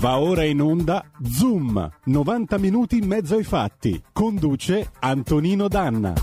Va ora in onda Zoom, 90 minuti in mezzo ai fatti. Conduce Antonino Danna.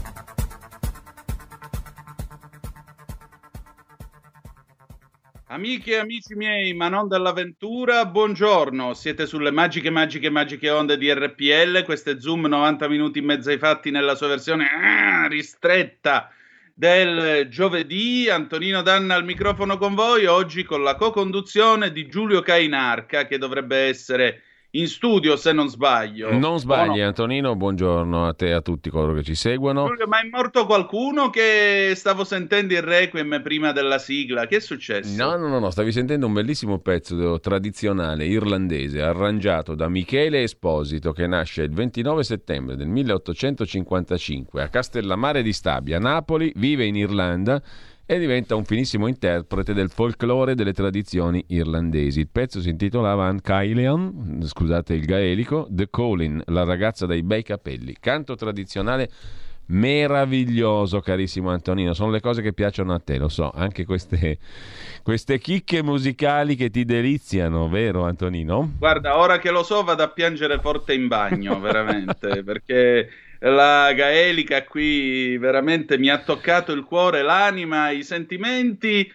Amiche e amici miei, ma non dell'avventura, buongiorno. Siete sulle magiche onde di RPL. Questo è Zoom, 90 minuti in mezzo ai fatti nella sua versione ristretta del giovedì. Antonino Danna al microfono con voi, oggi con la co-conduzione di Giulio Cainarca, che dovrebbe essere in studio, se non sbaglio. Non sbagli, no? Antonino, buongiorno a te e a tutti coloro che ci seguono. Giulio, ma è morto qualcuno? Che stavo sentendo il requiem prima della sigla. Che è successo? No, stavi sentendo un bellissimo pezzo tradizionale irlandese arrangiato da Michele Esposito, che nasce il 29 settembre del 1855 a Castellammare di Stabia, Napoli, vive in Irlanda e diventa un finissimo interprete del folklore e delle tradizioni irlandesi. Il pezzo si intitolava An Caillion, scusate il gaelico, The Colin, la ragazza dai bei capelli. Canto tradizionale meraviglioso, carissimo Antonino. Sono le cose che piacciono a te, lo so. Anche queste chicche musicali che ti deliziano, vero Antonino? Guarda, ora che lo so vado a piangere forte in bagno, veramente, perché la gaelica qui veramente mi ha toccato il cuore, l'anima, i sentimenti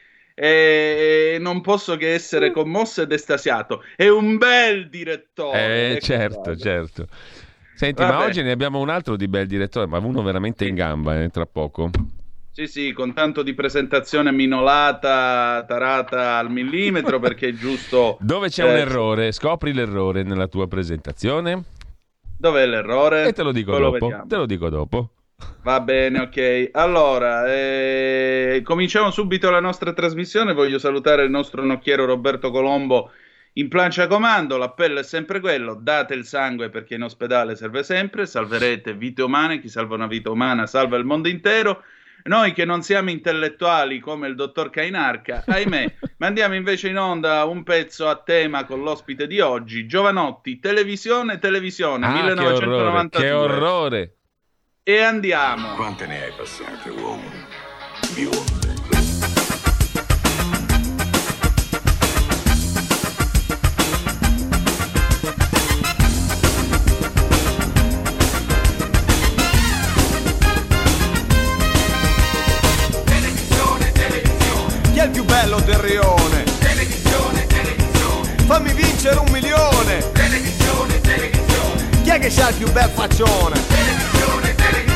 e non posso che essere commosso ed estasiato. È un bel direttore. Certo. Senti, Vabbè. ma oggi ne abbiamo un altro di bel direttore, ma uno veramente in gamba, tra poco. Sì, con tanto di presentazione minolata, tarata al millimetro, perché è giusto... Dove c'è un errore? Scopri l'errore nella tua presentazione. Dov'è l'errore? E te lo dico dopo. Va bene, ok. Allora, cominciamo subito la nostra trasmissione. Voglio salutare il nostro nocchiero Roberto Colombo in plancia comando. L'appello è sempre quello: date il sangue, perché in ospedale serve sempre. Salverete vite umane. Chi salva una vita umana salva il mondo intero. Noi che non siamo intellettuali come il dottor Cainarca, ahimè, mandiamo invece in onda un pezzo a tema con l'ospite di oggi, Jovanotti, televisione, 1992. Che orrore! E andiamo. Quante ne hai passate, uomo? Bionde. Chi è il più bello del rione? Televisione. Fammi vincere 1 milione. Televisione. Chi è che c'ha il più bel faccione? Televisione.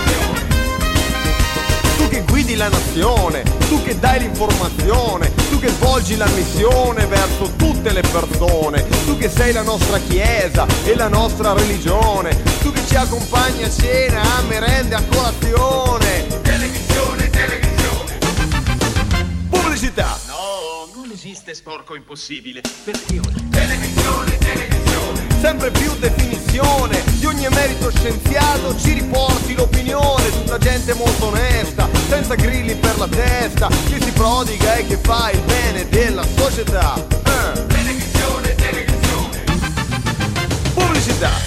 Tu che guidi la nazione, tu che dai l'informazione, tu che svolgi la missione verso tutte le persone, tu che sei la nostra chiesa e la nostra religione, tu che ci accompagni a cena, a merende, a colazione. Televisione. Pubblicità. No, non esiste sporco impossibile. Perché ora? Televisione. Sempre più definizione di ogni emerito scienziato, ci riporti l'opinione, tutta gente molto onesta, senza grilli per la testa, che si prodiga e che fa il bene della società. Televisione. Pubblicità.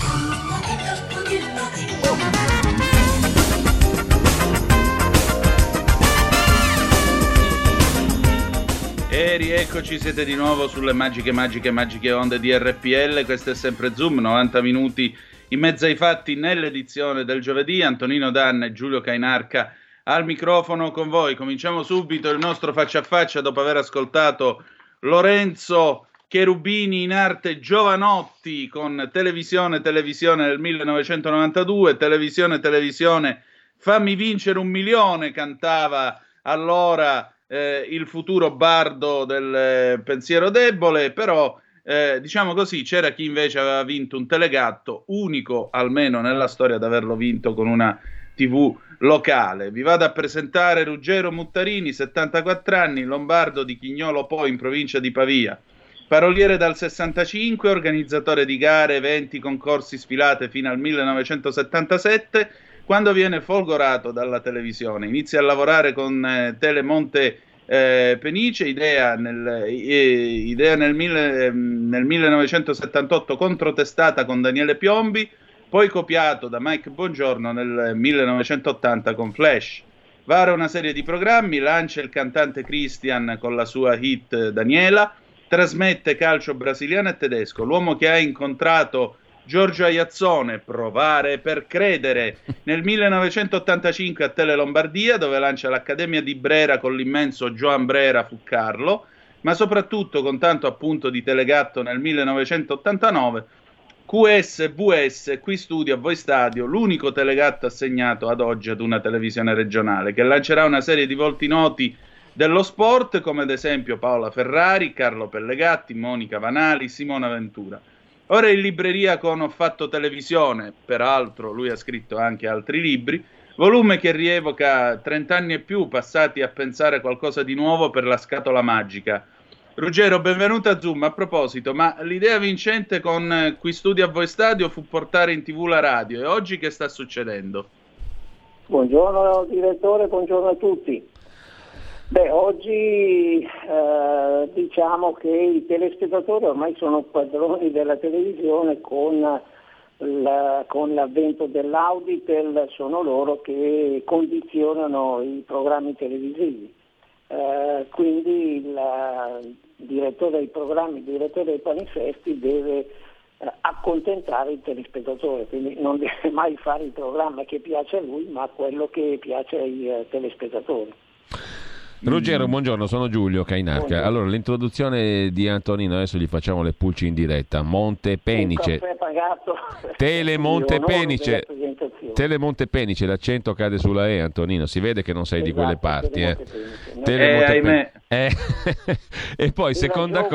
E rieccoci, siete di nuovo sulle magiche onde di RPL. Questo è sempre Zoom, 90 minuti in mezzo ai fatti nell'edizione del giovedì. Antonino Danna e Giulio Cainarca al microfono con voi. Cominciamo subito il nostro faccia a faccia dopo aver ascoltato Lorenzo Cherubini in arte Jovanotti con televisione del 1992. Televisione, fammi vincere 1 milione, cantava allora il futuro bardo del pensiero debole, però diciamo così, c'era chi invece aveva vinto un telegatto, unico almeno nella storia ad averlo vinto con una TV locale. Vi vado a presentare Ruggero Muttarini, 74 anni, lombardo di Chignolo Po in provincia di Pavia, paroliere dal 65, organizzatore di gare, eventi, concorsi, sfilate fino al 1977, quando viene folgorato dalla televisione. Inizia a lavorare con Telemonte Penice, idea nel 1978 controtestata con Daniele Piombi, poi copiato da Mike Bongiorno nel 1980 con Flash. Vara una serie di programmi, lancia il cantante Christian con la sua hit Daniela, trasmette calcio brasiliano e tedesco, l'uomo che ha incontrato Giorgio Aiazzone, provare per credere, nel 1985 a Tele Lombardia, dove lancia l'Accademia di Brera con l'immenso Joan Brera Fuccarlo, ma soprattutto con tanto appunto di Telegatto nel 1989, QS-VS, Qui Studio a Voi Stadio, l'unico telegatto assegnato ad oggi ad una televisione regionale, che lancerà una serie di volti noti dello sport, come ad esempio Paola Ferrari, Carlo Pellegatti, Monica Vanali, Simona Ventura. Ora in libreria con Ho fatto televisione, peraltro lui ha scritto anche altri libri, volume che rievoca 30 anni e più passati a pensare qualcosa di nuovo per la scatola magica. Ruggero, benvenuto a Zoom. A proposito, ma l'idea vincente con Qui Studio a Voi Stadio fu portare in TV la radio, e oggi che sta succedendo? Buongiorno direttore, buongiorno a tutti. Oggi diciamo che i telespettatori ormai sono padroni della televisione con l'avvento dell'Auditel, sono loro che condizionano i programmi televisivi. Quindi il direttore dei programmi, il direttore dei palinfesti deve accontentare il telespettatore, quindi non deve mai fare il programma che piace a lui, ma quello che piace ai telespettatori. Ruggero, buongiorno, sono Giulio Cainarca. Allora, l'introduzione di Antonino, adesso gli facciamo le pulci in diretta. Monte Penice. Tele Monte Penice. Tele Monte Penice, l'accento cade sulla E, Antonino, si vede che non sei di quelle parti. Tele Monte Penice. E poi seconda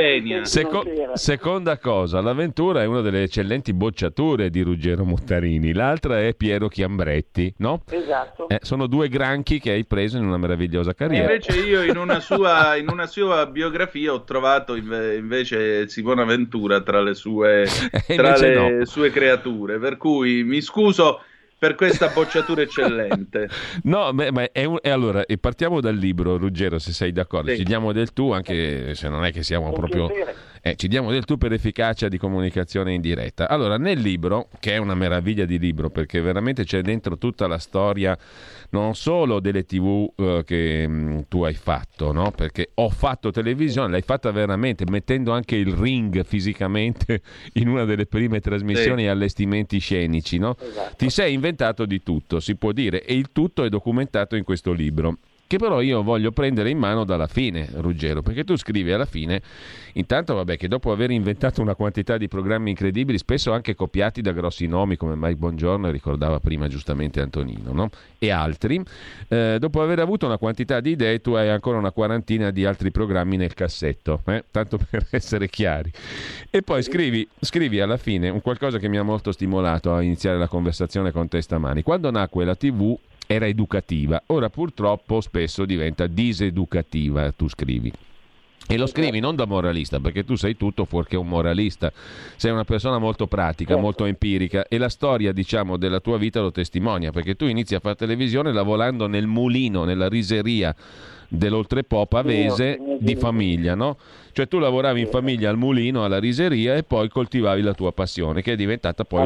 cosa, l'avventura è una delle eccellenti bocciature di Ruggero Muttarini, l'altra è Piero Chiambretti, no? Esatto. Sono due granchi che hai preso in una meravigliosa carriera. Invece io in una sua biografia ho trovato invece Simona Ventura tra le sue sue creature, per cui mi scuso per questa bocciatura eccellente. No, ma allora partiamo dal libro, Ruggero, se sei d'accordo. Sì. Ci diamo del tu, anche se non è che siamo proprio... ci diamo del tu per efficacia di comunicazione in diretta. Allora, nel libro, che è una meraviglia di libro, perché veramente c'è dentro tutta la storia non solo delle TV che tu hai fatto, no? Perché Ho fatto televisione, l'hai fatta veramente, mettendo anche il ring fisicamente in una delle prime trasmissioni e allestimenti scenici, no? Esatto. Ti sei inventato di tutto, si può dire, e il tutto è documentato in questo libro, che però io voglio prendere in mano dalla fine, Ruggero, perché tu scrivi alla fine, intanto che dopo aver inventato una quantità di programmi incredibili, spesso anche copiati da grossi nomi come Mike Bongiorno, ricordava prima giustamente Antonino, no? E altri, dopo aver avuto una quantità di idee, tu hai ancora una quarantina di altri programmi nel cassetto, tanto per essere chiari. E poi scrivi alla fine un qualcosa che mi ha molto stimolato a iniziare la conversazione con te stamani. Quando nacque la TV era educativa, ora purtroppo spesso diventa diseducativa, tu scrivi. E lo scrivi non da moralista, perché tu sei tutto fuorché un moralista, sei una persona molto pratica, molto empirica, e la storia, diciamo, della tua vita lo testimonia, perché tu inizi a fare televisione lavorando nel mulino, nella riseria dell'Oltrepò Pavese di famiglia, no? Cioè tu lavoravi in famiglia al mulino, alla riseria, e poi coltivavi la tua passione, che è diventata poi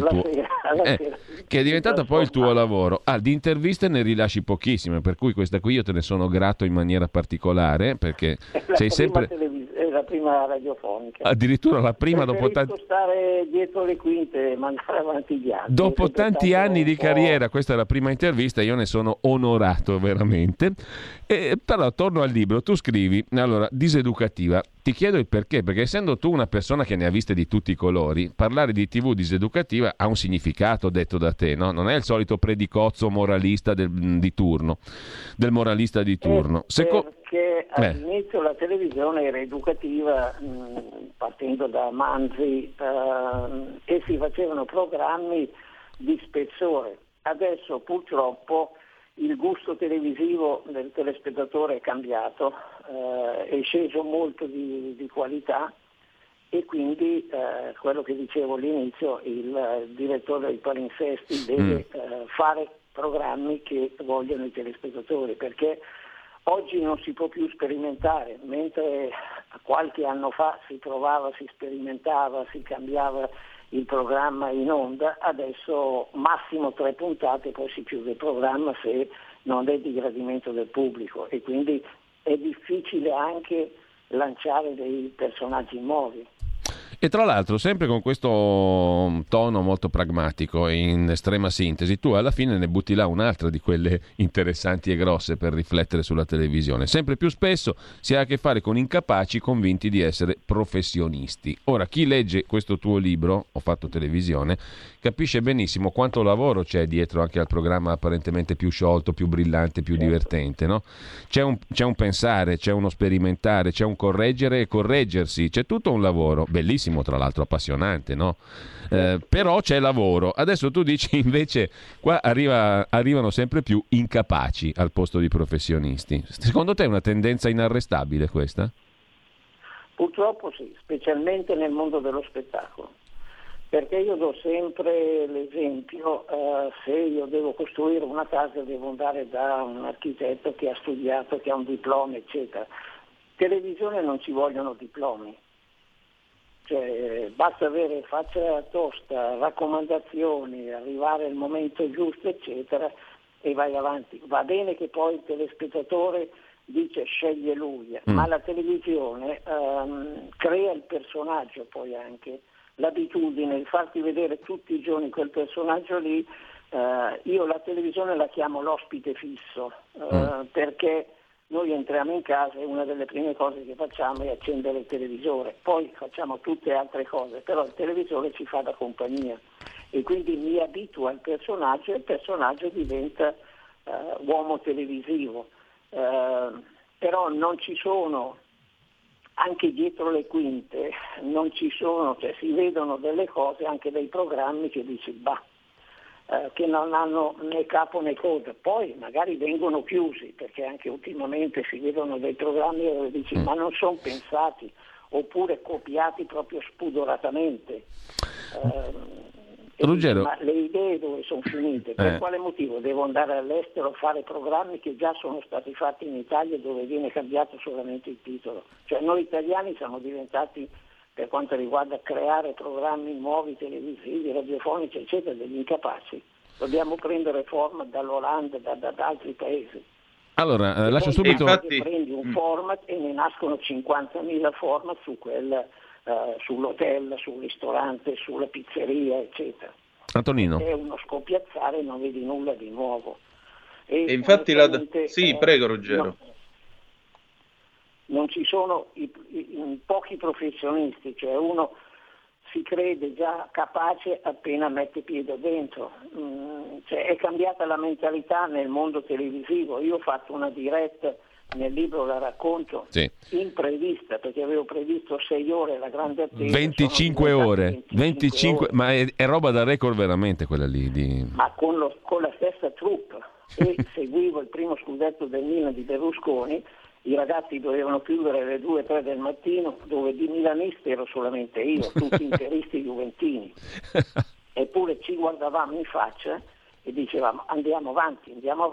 il tuo lavoro. Di interviste ne rilasci pochissime, per cui questa qui io te ne sono grato in maniera particolare, perché sei sempre la prima radiofonica. Addirittura la prima dopo stare dietro le quinte e mandare avanti gli altri. Dopo tanti anni di carriera, questa è la prima intervista, io ne sono onorato veramente. Però torno al libro, tu scrivi, allora, diseducativa. Ti chiedo il perché, perché essendo tu una persona che ne ha viste di tutti i colori, parlare di TV diseducativa ha un significato detto da te, no? Non è il solito predicozzo moralista del moralista di turno. Perché all'inizio la televisione era educativa, partendo da Manzi, e si facevano programmi di spessore. Adesso purtroppo il gusto televisivo del telespettatore è cambiato, è sceso molto di qualità, e quindi quello che dicevo all'inizio, il direttore dei palinfesti deve fare programmi che vogliono i telespettatori, perché oggi non si può più sperimentare, mentre qualche anno fa si provava, si sperimentava, si cambiava il programma in onda, adesso massimo 3 puntate, poi si chiude il programma se non è di gradimento del pubblico, e quindi è difficile anche lanciare dei personaggi nuovi. E tra l'altro, sempre con questo tono molto pragmatico e in estrema sintesi, tu alla fine ne butti là un'altra di quelle interessanti e grosse per riflettere sulla televisione. Sempre più spesso si ha a che fare con incapaci convinti di essere professionisti. Ora, chi legge questo tuo libro, Ho fatto televisione, capisce benissimo quanto lavoro c'è dietro anche al programma apparentemente più sciolto, più brillante, più divertente, no? C'è un pensare, c'è uno sperimentare, c'è un correggere e correggersi, c'è tutto un lavoro bellissimo, tra l'altro appassionante, no? Però c'è lavoro. Adesso tu dici invece qua arrivano sempre più incapaci al posto di professionisti. Secondo te è una tendenza inarrestabile questa? Purtroppo sì, specialmente nel mondo dello spettacolo, perché io do sempre l'esempio, se io devo costruire una casa devo andare da un architetto che ha studiato, che ha un diploma, eccetera. Televisione non ci vogliono diplomi. Cioè, basta avere faccia tosta, raccomandazioni, arrivare al momento giusto, eccetera, e vai avanti. Va bene che poi il telespettatore dice sceglie lui, ma la televisione crea il personaggio, poi anche l'abitudine di farti vedere tutti i giorni quel personaggio lì. Io la televisione la chiamo l'ospite fisso, perché noi entriamo in casa e una delle prime cose che facciamo è accendere il televisore, poi facciamo tutte altre cose, però il televisore ci fa da compagnia e quindi mi abituo al personaggio e il personaggio diventa uomo televisivo. Però non ci sono, anche dietro le quinte, non ci sono, cioè si vedono delle cose, anche dei programmi che dici che non hanno né capo né coda, poi magari vengono chiusi, perché anche ultimamente si vedono dei programmi dove dici ma non sono pensati, oppure copiati proprio spudoratamente. Ruggero, ma le idee dove sono finite? Per quale motivo devo andare all'estero a fare programmi che già sono stati fatti in Italia dove viene cambiato solamente il titolo? Cioè noi italiani siamo diventati, per quanto riguarda creare programmi nuovi, televisivi, radiofonici, eccetera, degli incapaci. Dobbiamo prendere forma dall'Olanda, da altri paesi. Allora, lascio subito... Infatti... Prendi un format e ne nascono 50.000 format su sull'hotel, sul ristorante, sulla pizzeria, eccetera. Antonino. È uno scoppiazzare, non vedi nulla di nuovo. E infatti Sì, prego Ruggero. No, non ci sono pochi professionisti, cioè uno si crede già capace appena mette piede dentro. Cioè è cambiata la mentalità nel mondo televisivo. Io ho fatto una diretta, nel libro la racconto, imprevista, perché avevo previsto 6 ore la grande attesa. 25 ore, 25, ma è roba da record veramente quella lì. Ma con la stessa troupe, e seguivo il primo scudetto del Milan di Berlusconi. I ragazzi dovevano chiudere alle 2-3 del mattino, dove di milanisti ero solamente io, tutti interisti juventini. Eppure ci guardavamo in faccia e dicevamo andiamo avanti,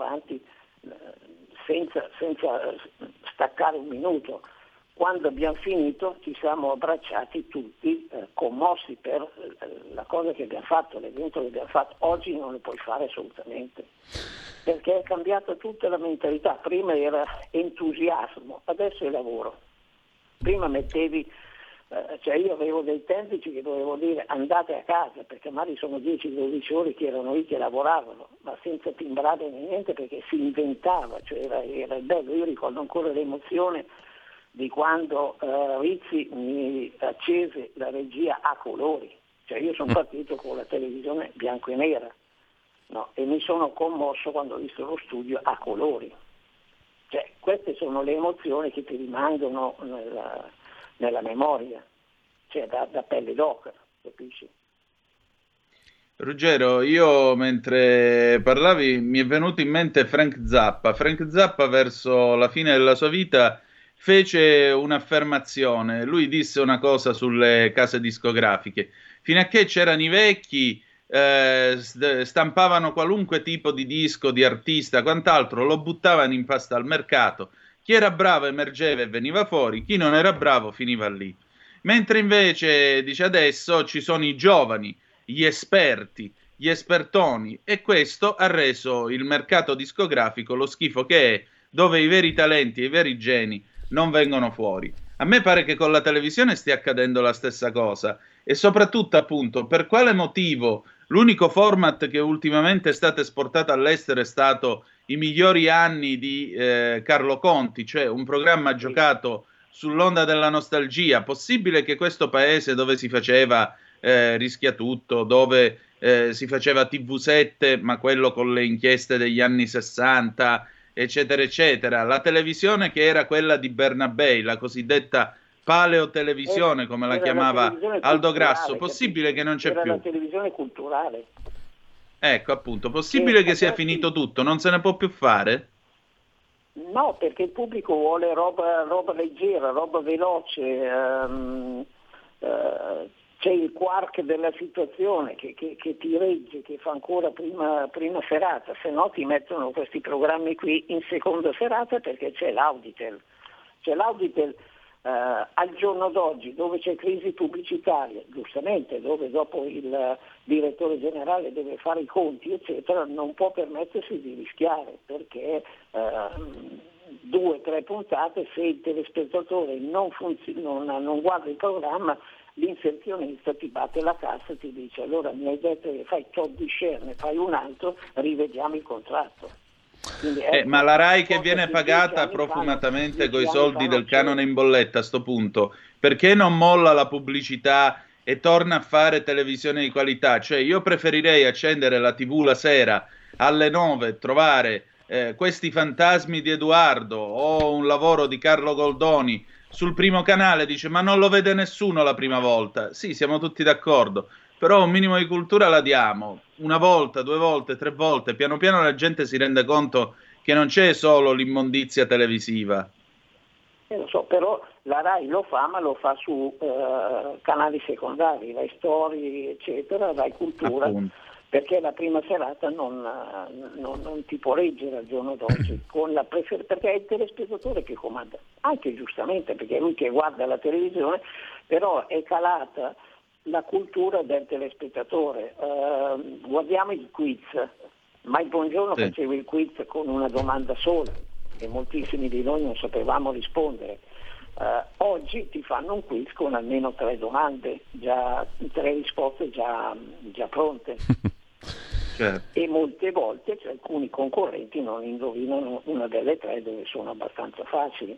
senza staccare un minuto. Quando abbiamo finito ci siamo abbracciati tutti, commossi per la cosa che abbiamo fatto, l'evento che abbiamo fatto. Oggi non lo puoi fare assolutamente, perché è cambiata tutta la mentalità. Prima era entusiasmo, adesso è lavoro. Prima mettevi, cioè io avevo dei tempici che dovevo dire andate a casa, perché magari sono 10-12 ore che erano lì che lavoravano, ma senza timbrare né niente, perché si inventava, cioè era bello. Io ricordo ancora l'emozione di quando Rizzi mi accese la regia a colori, cioè io sono partito con la televisione bianco e nera. No, e mi sono commosso quando ho visto lo studio a colori. Cioè, queste sono le emozioni che ti rimangono nella memoria, cioè da pelle d'oca, capisci? Ruggero, io mentre parlavi mi è venuto in mente Frank Zappa. Frank Zappa verso la fine della sua vita fece un'affermazione. Lui disse una cosa sulle case discografiche. Fino a che c'erano i vecchi, stampavano qualunque tipo di disco, di artista, quant'altro, lo buttavano in pasta al mercato. Chi era bravo emergeva e veniva fuori, chi non era bravo finiva lì. Mentre invece, dice adesso, ci sono i giovani, gli esperti, gli espertoni, e questo ha reso il mercato discografico lo schifo che è, dove i veri talenti e i veri geni non vengono fuori. A me pare che con la televisione stia accadendo la stessa cosa e soprattutto, appunto, per quale motivo l'unico format che ultimamente è stato esportato all'estero è stato I migliori anni di Carlo Conti, cioè un programma giocato sull'onda della nostalgia. Possibile che questo paese dove si faceva Rischia Tutto, dove si faceva TV7, ma quello con le inchieste degli anni 60, eccetera, eccetera, la televisione che era quella di Bernabei, la cosiddetta paleotelevisione, come la chiamava Aldo Grasso, possibile che non c'è più? Era la televisione culturale. Ecco, appunto, possibile che sia finito tutto? Non se ne può più fare? No, perché il pubblico vuole roba leggera, roba veloce, c'è il quark della situazione che ti regge, che fa ancora prima serata, se no ti mettono questi programmi qui in seconda serata perché c'è l'Auditel. Al giorno d'oggi, dove c'è crisi pubblicitaria, giustamente, dove dopo il direttore generale deve fare i conti, eccetera, non può permettersi di rischiare, perché 2 o 3 puntate, se il telespettatore non guarda il programma, l'inserzionista ti batte la cassa e ti dice: allora mi hai detto che fai tot di share, ne fai un altro, rivediamo il contratto. Quindi, ma la Rai che viene pagata profumatamente coi soldi del canone in bolletta a sto punto, perché non molla la pubblicità e torna a fare televisione di qualità? Cioè io preferirei accendere la TV la sera alle 9, trovare questi fantasmi di Edoardo o un lavoro di Carlo Goldoni sul primo canale, dice ma non lo vede nessuno la prima volta. Sì, siamo tutti d'accordo, però un minimo di cultura la diamo, 1 volta, 2 volte, 3 volte, piano piano la gente si rende conto che non c'è solo l'immondizia televisiva. Lo so, però la Rai lo fa, ma lo fa su canali secondari, Rai Story, eccetera, Rai Cultura, appunto. Perché la prima serata non ti può reggere al giorno d'oggi, perché è il telespettatore che comanda, anche giustamente, perché è lui che guarda la televisione, però è calata la cultura del telespettatore. Guardiamo il quiz, ma il Buongiorno faceva il quiz con una domanda sola e moltissimi di noi non sapevamo rispondere. Oggi ti fanno un quiz con almeno 3 domande, 3 risposte già pronte. Certo. E molte volte alcuni concorrenti non indovinano una delle 3 dove sono abbastanza facili.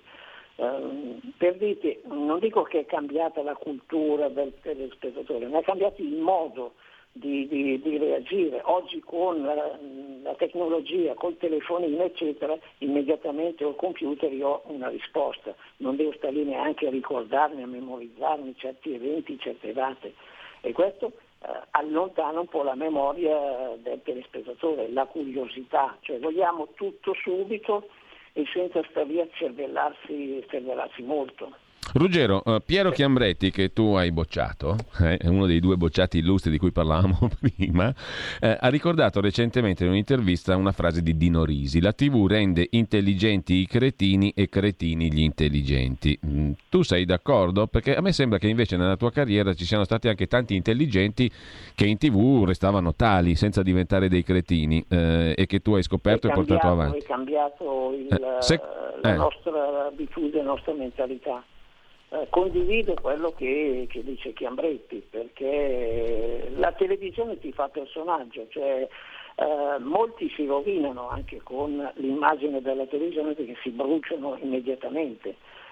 Per dirti, non dico che è cambiata la cultura del telespettatore, ma è cambiato il modo di reagire. Oggi con la tecnologia, col telefonino eccetera, immediatamente al computer io ho una risposta, non devo stare lì neanche a ricordarmi, a memorizzarmi certi eventi, certe date, e questo allontana un po' la memoria del telespettatore, la curiosità, cioè vogliamo tutto subito e senza stare lì a cervellarsi molto. Ruggero, Piero Chiambretti, che tu hai bocciato, è uno dei 2 bocciati illustri di cui parlavamo prima, ha ricordato recentemente in un'intervista una frase di Dino Risi: la TV rende intelligenti i cretini e cretini gli intelligenti. Tu sei d'accordo? Perché a me sembra che invece nella tua carriera ci siano stati anche tanti intelligenti che in TV restavano tali senza diventare dei cretini, e che tu hai scoperto e portato avanti. È cambiato la nostra abitudine, la nostra mentalità. Condivido quello che dice Chiambretti, perché la televisione ti fa personaggio, cioè molti si rovinano anche con l'immagine della televisione perché si bruciano immediatamente.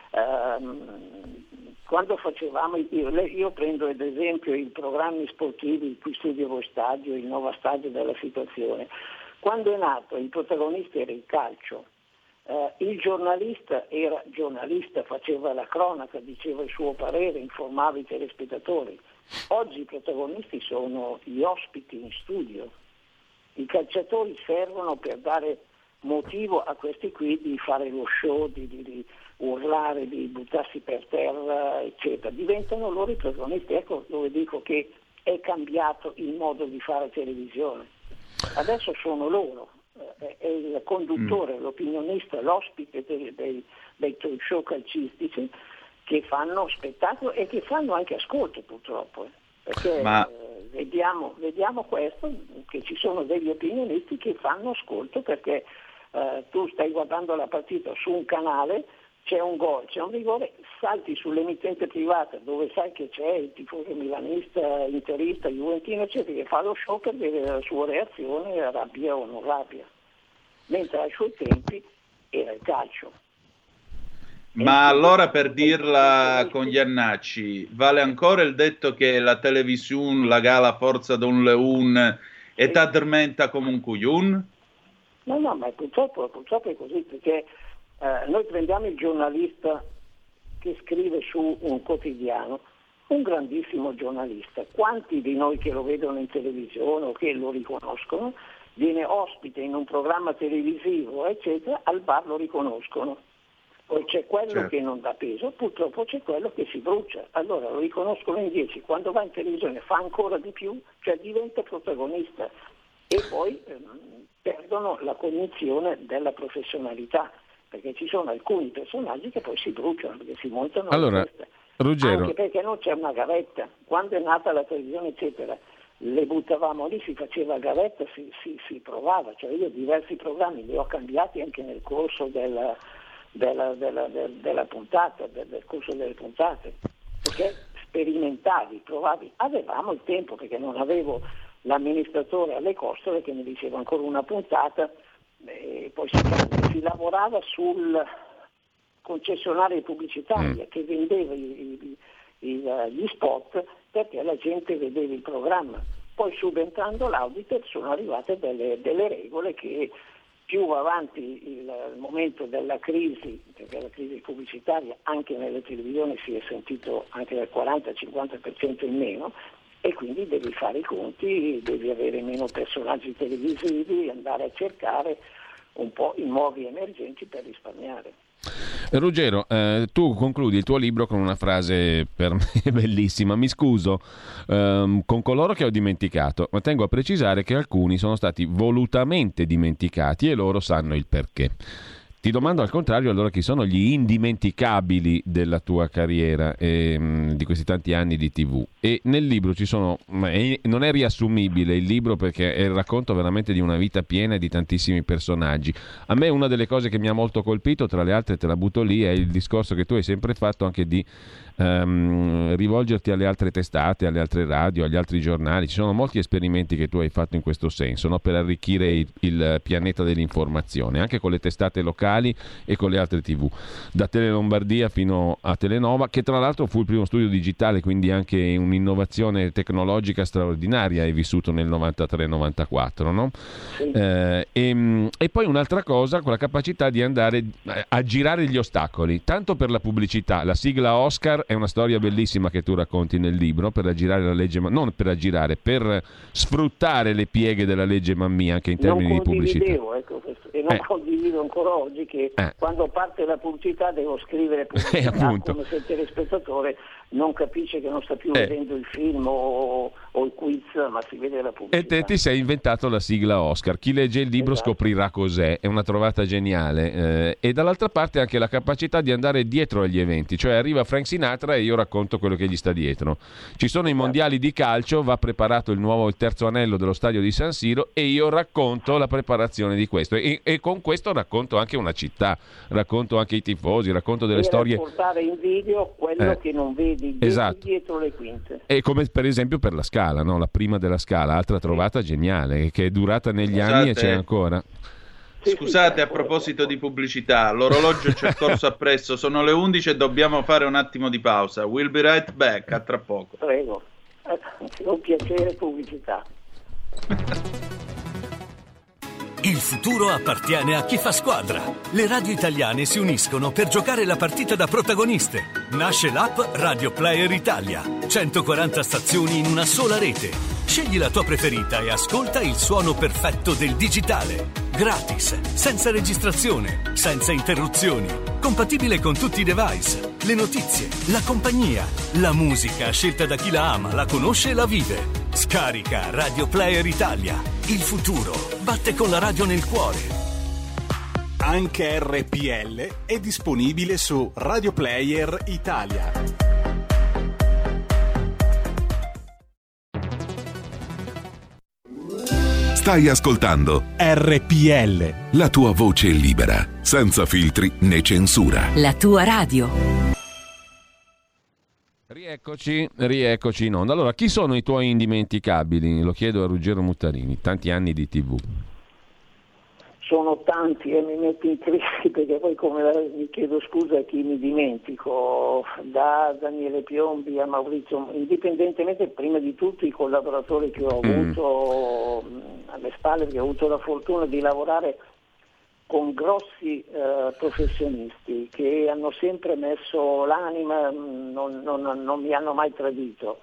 Quando facevamo, io prendo ad esempio i programmi sportivi, qui Studio Voi Stadio, il Nova Stadio della situazione, quando è nato il protagonista era il calcio. Il giornalista era giornalista, faceva la cronaca, diceva il suo parere, informava i telespettatori. Oggi i protagonisti sono gli ospiti in studio. I calciatori servono per dare motivo a questi qui di fare lo show, di urlare, di buttarsi per terra, eccetera. Diventano loro i protagonisti. Ecco dove dico che è cambiato il modo di fare televisione. Adesso sono loro. È il conduttore, l'opinionista, l'ospite dei talk show calcistici che fanno spettacolo e che fanno anche ascolto, purtroppo, perché vediamo questo, che ci sono degli opinionisti che fanno ascolto perché tu stai guardando la partita su un canale, c'è un gol, c'è un rigore, salti sull'emittente privata dove sai che c'è il tifoso milanista, interista, juventino, eccetera, che fa lo show per vedere la sua reazione, rabbia o non rabbia, mentre ai suoi tempi era il calcio. Ma allora, per dirla con gli annacci, vale ancora il detto che la televisione la gala forza d'un leun e t'addormenta come un cugliun? No, ma purtroppo è così, perché noi prendiamo il giornalista che scrive su un quotidiano, un grandissimo giornalista. Quanti di noi che lo vedono in televisione o che lo riconoscono, viene ospite in un programma televisivo, eccetera, al bar lo riconoscono. Poi c'è quello che non dà peso, purtroppo c'è quello che si brucia. Allora lo riconoscono in 10, quando va in televisione fa ancora di più, cioè diventa protagonista. E poi perdono la cognizione della professionalità, perché ci sono alcuni personaggi che poi si bruciano, perché si montano allora, la testa. Ruggero. Anche perché non c'è una gavetta. Quando è nata la televisione, eccetera, le buttavamo lì, si faceva gavetta, si provava. Cioè io diversi programmi li ho cambiati anche nel corso della puntata, del corso delle puntate, perché sperimentavi, provavi. Avevamo il tempo, perché non avevo l'amministratore alle costole che mi diceva ancora una puntata, e poi si lavorava sul concessionario pubblicitario che vendeva gli spot perché la gente vedeva il programma. Poi subentrando l'auditor sono arrivate delle regole che più va avanti il momento della crisi, perché la crisi pubblicitaria anche nelle televisioni si è sentito anche del 40-50% in meno, e quindi devi fare i conti, devi avere meno personaggi televisivi, andare a cercare un po' i nuovi emergenti per risparmiare. Ruggero, tu concludi il tuo libro con una frase per me bellissima: mi scuso con coloro che ho dimenticato, ma tengo a precisare che alcuni sono stati volutamente dimenticati e loro sanno il perché. Ti domando al contrario allora chi sono gli indimenticabili della tua carriera di questi tanti anni di TV. E nel libro ci sono, non è riassumibile il libro perché è il racconto veramente di una vita piena e di tantissimi personaggi. A me una delle cose che mi ha molto colpito, tra le altre te la butto lì, è il discorso che tu hai sempre fatto anche di rivolgerti alle altre testate, alle altre radio, agli altri giornali. Ci sono molti esperimenti che tu hai fatto in questo senso, no? Per arricchire il pianeta dell'informazione, anche con le testate locali e con le altre TV, da Tele Lombardia fino a Telenova, che tra l'altro fu il primo studio digitale, quindi anche un'innovazione tecnologica straordinaria hai vissuto nel 93-94, no? Sì. E poi un'altra cosa, con la capacità di andare a girare gli ostacoli, tanto per la pubblicità. La sigla Oscar è una storia bellissima che tu racconti nel libro, per aggirare la legge, non per aggirare, per sfruttare le pieghe della legge Mammì anche in termini di pubblicità. Ecco questo, e non condivido ancora oggi che quando parte la pubblicità devo scrivere pubblicità, come se il telespettatore non capisce che non sta più vedendo il film o il quiz, ma si vede la pubblicità. E te ti sei inventato la sigla Oscar. Chi legge il libro scoprirà cos'è, è una trovata geniale. E dall'altra parte anche la capacità di andare dietro agli eventi, cioè arriva Frank Sinatra e io racconto quello che gli sta dietro. Ci sono i mondiali di calcio, va preparato il terzo anello dello stadio di San Siro e io racconto la preparazione di questo e con questo racconto anche una città, racconto anche i tifosi, racconto delle storie. Portare in video quello che non vedi dietro le quinte. E come per esempio per la Scala, no? La prima della Scala, altra trovata geniale che è durata negli anni e c'è ancora. Scusate, a proposito di pubblicità, l'orologio c'è corso appresso, sono le 11 e dobbiamo fare un attimo di pausa. We'll be right back, a tra poco. Prego, un piacere, pubblicità. Il futuro appartiene a chi fa squadra. Le radio italiane si uniscono per giocare la partita da protagoniste. Nasce l'app Radio Player Italia. 140 stazioni in una sola rete. Scegli la tua preferita e ascolta il suono perfetto del digitale. Gratis, senza registrazione, senza interruzioni. Compatibile con tutti i device. Le notizie, la compagnia, la musica scelta da chi la ama, la conosce e la vive. Scarica Radio Player Italia. Il futuro batte con la radio nel cuore. Anche RPL è disponibile su Radio Player Italia. Stai ascoltando RPL, la tua voce libera, senza filtri né censura. La tua radio. Rieccoci in onda. Allora, chi sono i tuoi indimenticabili? Lo chiedo a Ruggero Muttarini, tanti anni di TV. Sono tanti e mi metto in crisi perché poi mi chiedo scusa a chi mi dimentico, da Daniele Piombi a Maurizio, indipendentemente prima di tutto i collaboratori che ho avuto alle spalle, perché ho avuto la fortuna di lavorare con grossi professionisti che hanno sempre messo l'anima, non mi hanno mai tradito.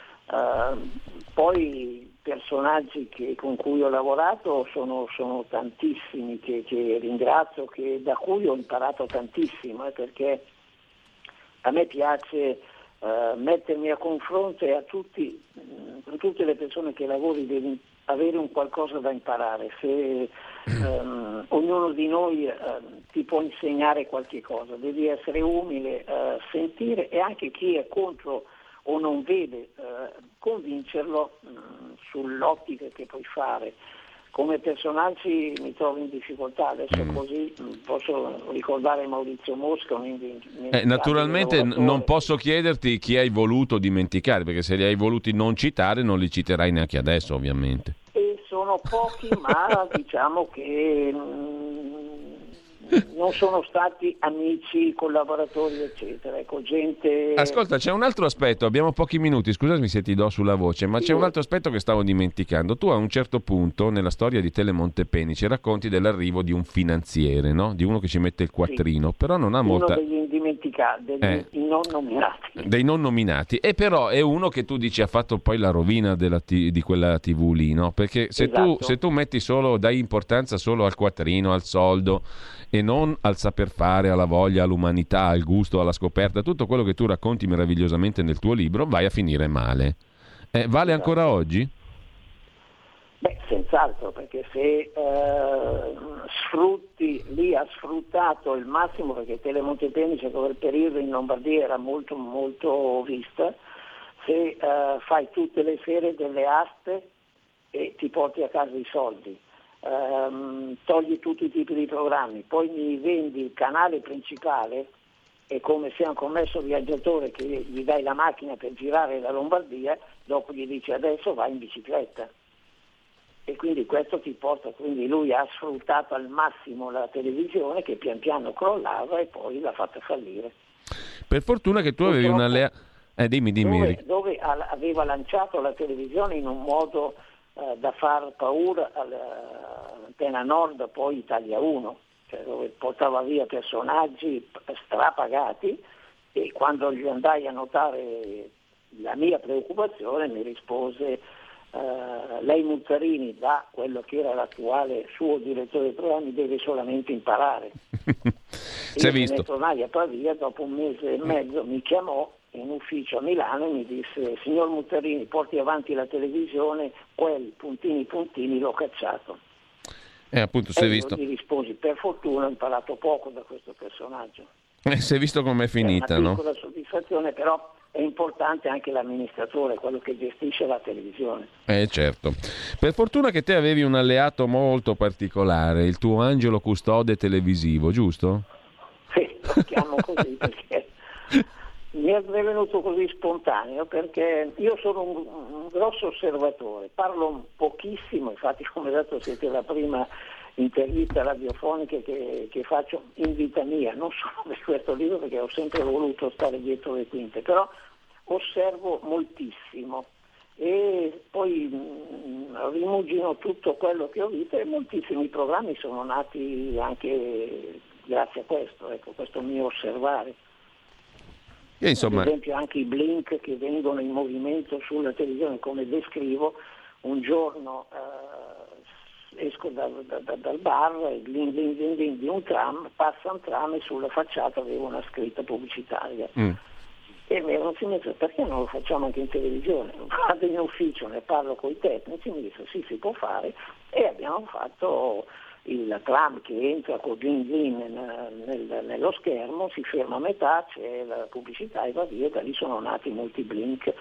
Poi personaggi con cui ho lavorato sono tantissimi che ringrazio, da cui ho imparato tantissimo, perché a me piace mettermi a confronto e con tutte le persone che lavori devi avere un qualcosa da imparare. Se ognuno di noi ti può insegnare qualche cosa, devi essere umile, sentire, e anche chi è contro o non vede, convincerlo sull'ottica che puoi fare. Come personaggi mi trovo in difficoltà adesso, così posso ricordare Maurizio Mosca. Naturalmente non posso chiederti chi hai voluto dimenticare, perché se li hai voluti non citare non li citerai neanche adesso, ovviamente. E sono pochi, ma diciamo che non sono stati amici, collaboratori, eccetera. Ecco, gente. Ascolta, c'è un altro aspetto, abbiamo pochi minuti, scusami se ti do sulla voce, ma c'è un altro aspetto che stavo dimenticando. Tu a un certo punto nella storia di Telemontepenice racconti dell'arrivo di un finanziere, no? Di uno che ci mette il quattrino, però non ha molta. Uno degli indimenticati, dei non nominati. Dei non nominati, e però è uno che tu dici ha fatto poi la rovina di quella TV lì, no? Perché se tu metti dai importanza solo al quattrino, al soldo, e non al saper fare, alla voglia, all'umanità, al gusto, alla scoperta, tutto quello che tu racconti meravigliosamente nel tuo libro, vai a finire male. Vale ancora oggi? Beh, senz'altro, perché se lì ha sfruttato il massimo, perché Telemontepenice per quel periodo in Lombardia era molto molto vista, se fai tutte le sere delle aste e ti porti a casa i soldi, togli tutti i tipi di programmi, poi mi vendi il canale principale, e come sia un commesso viaggiatore che gli dai la macchina per girare la Lombardia, dopo gli dici adesso vai in bicicletta, e quindi questo ti porta, quindi lui ha sfruttato al massimo la televisione, che pian piano crollava e poi l'ha fatta fallire. Per fortuna che tu avevi una dimmi dove aveva lanciato la televisione in un modo da far paura all'Antena Nord, poi Italia 1, cioè dove portava via personaggi strapagati, e quando gli andai a notare la mia preoccupazione mi rispose: lei Muzzarini, da quello che era l'attuale suo direttore dei programmi, deve solamente imparare. Io me ne tornai a Pavia, dopo un mese e mezzo mi chiamò in ufficio a Milano e mi disse: signor Muzzarini, porti avanti la televisione, quel ... l'ho cacciato. Appunto, sei visto. Io gli risposi: per fortuna ho imparato poco da questo personaggio. Si è visto com'è finita, è una no? piccola soddisfazione, però è importante anche l'amministratore, quello che gestisce la televisione. Certo. Per fortuna che te avevi un alleato molto particolare, il tuo angelo custode televisivo, giusto? Sì, lo chiamo così perché mi è venuto così spontaneo, perché io sono un grosso osservatore, parlo pochissimo, infatti come detto siete la prima intervista radiofonica che faccio in vita mia, non solo per questo libro, perché ho sempre voluto stare dietro le quinte, però osservo moltissimo e poi rimugino tutto quello che ho visto, e moltissimi programmi sono nati anche grazie a questo, ecco, questo mio osservare. E insomma, ad esempio anche i blink che vengono in movimento sulla televisione, come descrivo, un giorno esco dal bar e bling bling bling bling di un tram, passa un tram e sulla facciata avevo una scritta pubblicitaria. E mi ero detto: perché non lo facciamo anche in televisione? Vado in ufficio, ne parlo con i tecnici, mi dicono sì, si può fare, e abbiamo fatto il tram che entra con bling bling nello schermo, si ferma a metà, c'è la pubblicità e va via. Da lì sono nati molti blink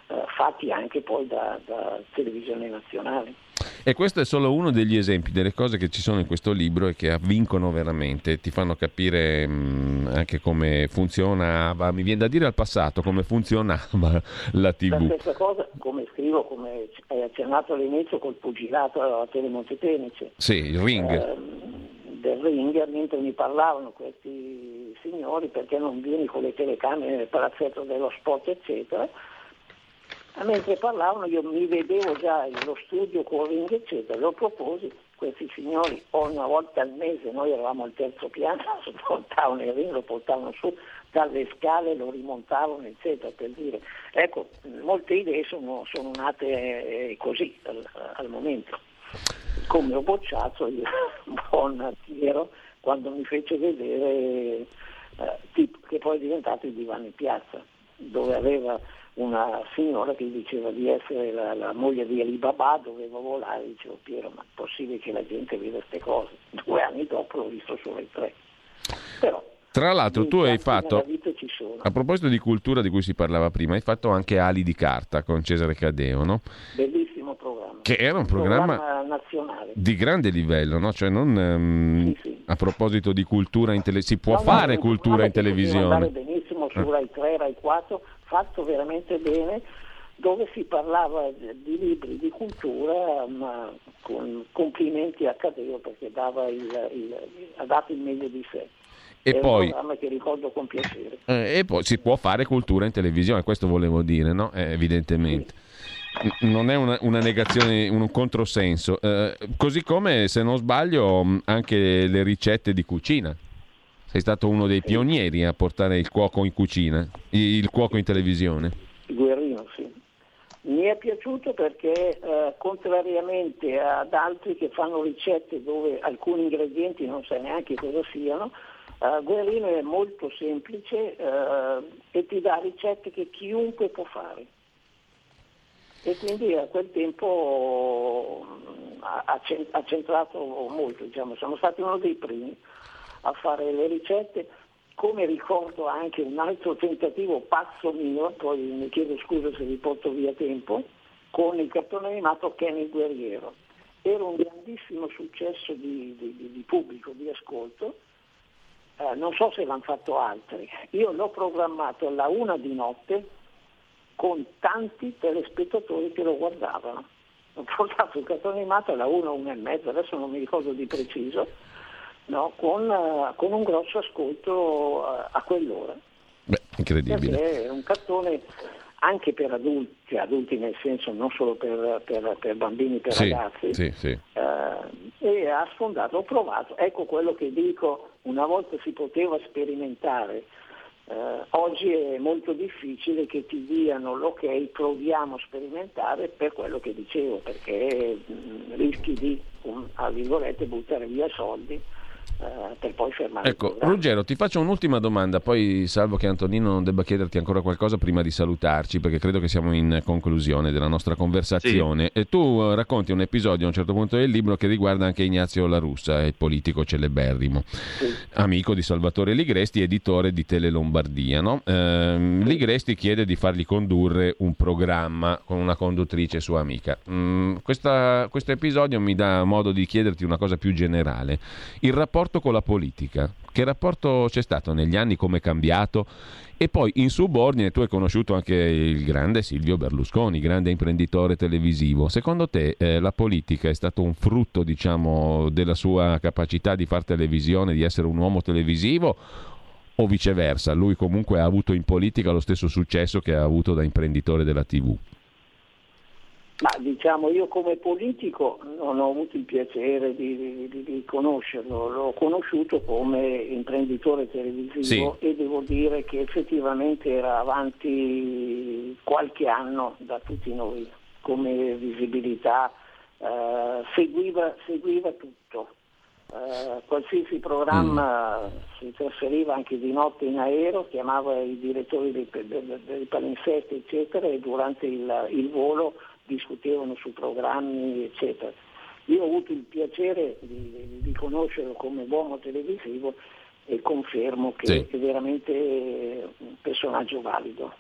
fatti anche poi da televisioni nazionali. E questo è solo uno degli esempi delle cose che ci sono in questo libro e che avvincono veramente, ti fanno capire anche come funzionava, mi viene da dire al passato, come funzionava la TV. La stessa cosa, come scrivo, come hai accennato all'inizio, col pugilato a Telemontetenice. Sì, il ring. Del ring, mentre mi parlavano questi signori, perché non vieni con le telecamere nel palazzetto dello sport, eccetera. Mentre parlavano io mi vedevo già nello studio con ring, eccetera, lo proposi, questi signori una volta al mese, noi eravamo al terzo piano, portavano il ring, lo portavano su dalle scale, lo rimontavano, eccetera, per dire. Ecco, molte idee sono nate così al momento. Come ho bocciato il buon Piero quando mi fece vedere che poi è diventato il divano in piazza, dove aveva una signora che diceva di essere la moglie di Alibaba, doveva volare. Dicevo: Piero, ma è possibile che la gente veda queste cose? 2 anni dopo l'ho visto solo in 3. Però tra l'altro tu hai fatto, ci sono. a proposito di cultura di cui si parlava prima, hai fatto anche Ali di carta con Cesare Cadeo, no? Bellissimo programma. Che era un programma nazionale di grande livello, no? Cioè non sì. A proposito di cultura in televisione, si può fare cultura in televisione. Andare benissimo su Rai 3, Rai 4, fatto veramente bene, dove si parlava di libri di cultura, ma con complimenti a Cadeo, perché ha dato il meglio di sé. È poi, un programma che ricordo con piacere. E poi si può fare cultura in televisione, questo volevo dire, no? Evidentemente. Sì. Non è una negazione, un controsenso. Così come, se non sbaglio, anche le ricette di cucina. Sei stato uno dei pionieri a portare il cuoco in cucina, il cuoco in televisione. Guerrino, sì. Mi è piaciuto perché contrariamente ad altri che fanno ricette dove alcuni ingredienti non sai neanche cosa siano, Guerrino è molto semplice e ti dà ricette che chiunque può fare. E quindi a quel tempo ha centrato molto, diciamo. Siamo stati uno dei primi a fare le ricette, come ricordo anche un altro tentativo pazzo mio, poi mi chiedo scusa se vi porto via tempo, con il cartone animato Ken il Guerriero. Era un grandissimo successo di pubblico, di ascolto. Non so se l'hanno fatto altri. Io l'ho programmato alla 1 di notte con tanti telespettatori che lo guardavano. Ho portato il cartone animato alla 1:30, adesso non mi ricordo di preciso, no, con un grosso ascolto a quell'ora. Beh, incredibile. Perché è un cartone anche per adulti, cioè adulti nel senso non solo per bambini, per ragazzi, sì. E ha sfondato, ho provato, ecco quello che dico, una volta si poteva sperimentare. Oggi è molto difficile che ti diano l'ok, proviamo a sperimentare, per quello che dicevo, perché rischi di, a virgolette, buttare via soldi per poi fermare. Ecco, Ruggero, ti faccio un'ultima domanda, poi salvo che Antonino non debba chiederti ancora qualcosa prima di salutarci, perché credo che siamo in conclusione della nostra conversazione. Sì. E tu racconti un episodio a un certo punto del libro che riguarda anche Ignazio La Russa, il politico celeberrimo, amico di Salvatore Ligresti, editore di Tele Lombardia, no? Ligresti chiede di fargli condurre un programma con una conduttrice sua amica. Questo episodio mi dà modo di chiederti una cosa più generale. Il rapporto con la politica, che rapporto c'è stato negli anni, come è cambiato? E poi in subordine tu hai conosciuto anche il grande Silvio Berlusconi, grande imprenditore televisivo. Secondo te la politica è stato un frutto, diciamo, della sua capacità di fare televisione, di essere un uomo televisivo, o viceversa? Lui comunque ha avuto in politica lo stesso successo che ha avuto da imprenditore della TV. Ma diciamo, io come politico non ho avuto il piacere di conoscerlo, l'ho conosciuto come imprenditore televisivo, sì. E devo dire che effettivamente era avanti qualche anno da tutti noi come visibilità, seguiva tutto. Qualsiasi programma si trasferiva anche di notte in aereo, chiamava i direttori dei palinsetti, eccetera, e durante il volo discutevano su programmi, eccetera. Io ho avuto il piacere di conoscerlo come uomo televisivo e confermo che è veramente un personaggio valido.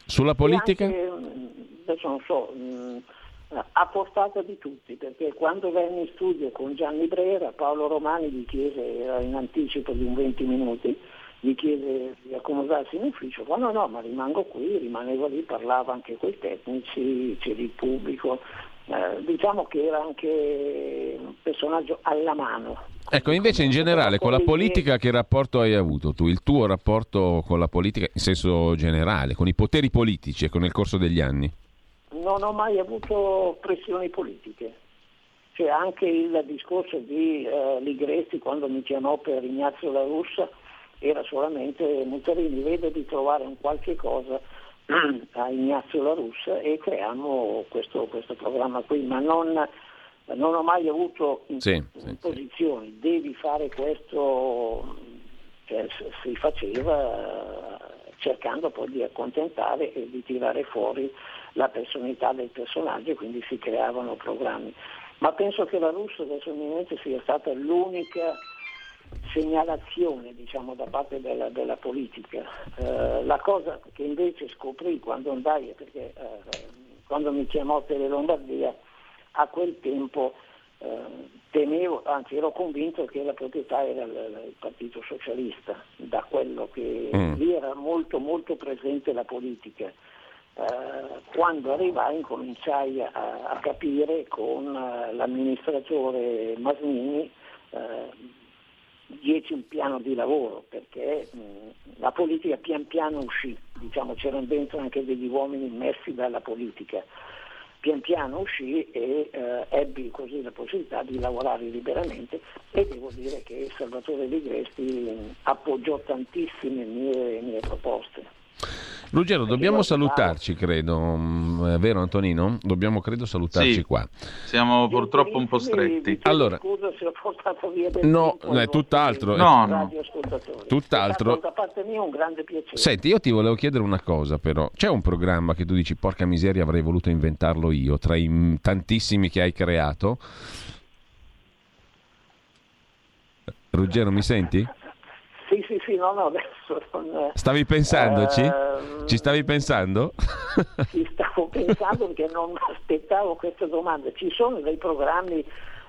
Sulla politica? Adesso non so, a portata di tutti, perché quando venne in studio con Gianni Brera, Paolo Romani gli chiese, era in anticipo di un 20 minuti, gli chiese di accomodarsi in ufficio, ma no, ma rimango qui, rimanevo lì, parlava anche con i tecnici, c'era il pubblico, diciamo che era anche un personaggio alla mano. Ecco, invece in generale con la politica che rapporto hai avuto tu? Il tuo rapporto con la politica in senso generale, con i poteri politici, nel corso degli anni? Non ho mai avuto pressioni politiche, cioè anche il discorso di Ligresti quando mi chiamò per Ignazio La Russa era solamente Muttarini, vedo di trovare un qualche cosa a Ignazio La Russa e creiamo questo programma qui, ma non ho mai avuto posizioni, devi fare questo, cioè, si faceva cercando poi di accontentare e di tirare fuori la personalità del personaggio e quindi si creavano programmi. Ma penso che La Russa adesso in mente sia stata l'unica segnalazione, diciamo, da parte della politica. La cosa che invece scoprì quando andai, perché quando mi chiamò Tele Lombardia, a quel tempo temevo, anzi ero convinto che la proprietà era il Partito Socialista, da quello che lì era molto molto presente la politica. Quando arrivai incominciai a capire con l'amministratore Masnini dieci un piano di lavoro, perché la politica pian piano uscì, diciamo, c'erano dentro anche degli uomini immersi dalla politica, pian piano uscì e ebbi così la possibilità di lavorare liberamente e devo dire che Salvatore Ligresti appoggiò tantissime mie proposte. Ruggero, dobbiamo salutarci, credo, vero Antonino? Dobbiamo, credo, salutarci qua. Siamo purtroppo un po' stretti. Allora, scusa se ho portato via del no, tempo, è tutt'altro. No. Tutt'altro. Da parte mia un grande piacere. Senti, io ti volevo chiedere una cosa, però. C'è un programma che tu dici, porca miseria, avrei voluto inventarlo io, tra i tantissimi che hai creato? Ruggero, mi senti? Sì, no, adesso non... Stavi pensandoci? Ci stavi pensando? Ci stavo pensando perché non aspettavo questa domanda. Ci sono dei programmi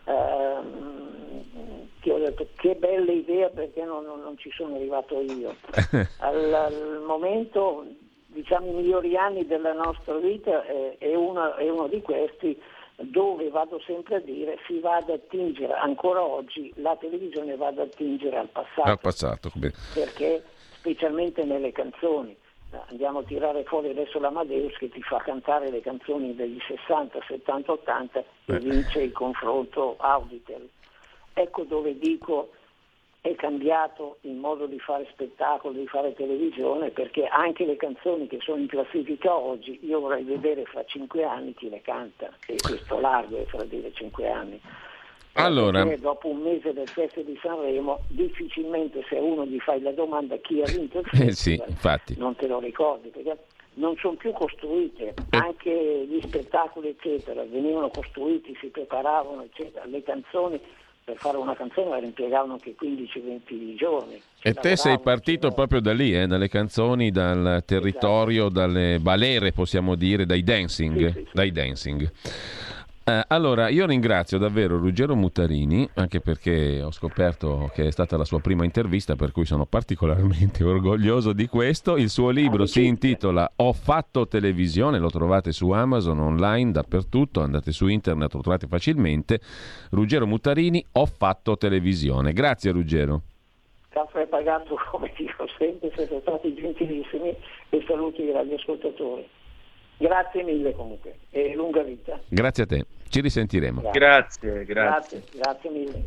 che ho detto che bella idea perché non ci sono arrivato io. Al momento, diciamo, i migliori anni della nostra vita è uno di questi, dove vado sempre a dire si va ad attingere, ancora oggi la televisione va ad attingere al passato, perché specialmente nelle canzoni andiamo a tirare fuori adesso l'Amadeus che ti fa cantare le canzoni degli 60, 70, 80 e vince il confronto Auditel. Ecco dove dico è cambiato il modo di fare spettacolo, di fare televisione, perché anche le canzoni che sono in classifica oggi io vorrei vedere fra 5 anni chi le canta, e questo largo è fra dire 5 anni. Allora, perché dopo un mese del Festival di Sanremo difficilmente, se uno gli fai la domanda chi ha vinto il festival, infatti. Non te lo ricordi, perché non sono più costruite, anche gli spettacoli eccetera venivano costruiti, si preparavano eccetera, le canzoni, per fare una canzone impiegavano anche 15-20 giorni. E te sei partito proprio da lì, dalle canzoni, dal territorio, dalle balere, possiamo dire, dai dancing. Sì. Dai dancing. Allora, io ringrazio davvero Ruggero Muttarini, anche perché ho scoperto che è stata la sua prima intervista, per cui sono particolarmente orgoglioso di questo. Il suo libro si intitola Ho fatto televisione, lo trovate su Amazon, online, dappertutto, andate su internet, lo trovate facilmente. Ruggero Muttarini, Ho fatto televisione. Grazie Ruggero. Caffè pagato, come dico sempre, siete stati gentilissimi e saluti i radioascoltatori. Grazie mille comunque e lunga vita. Grazie a te, ci risentiremo. Grazie mille.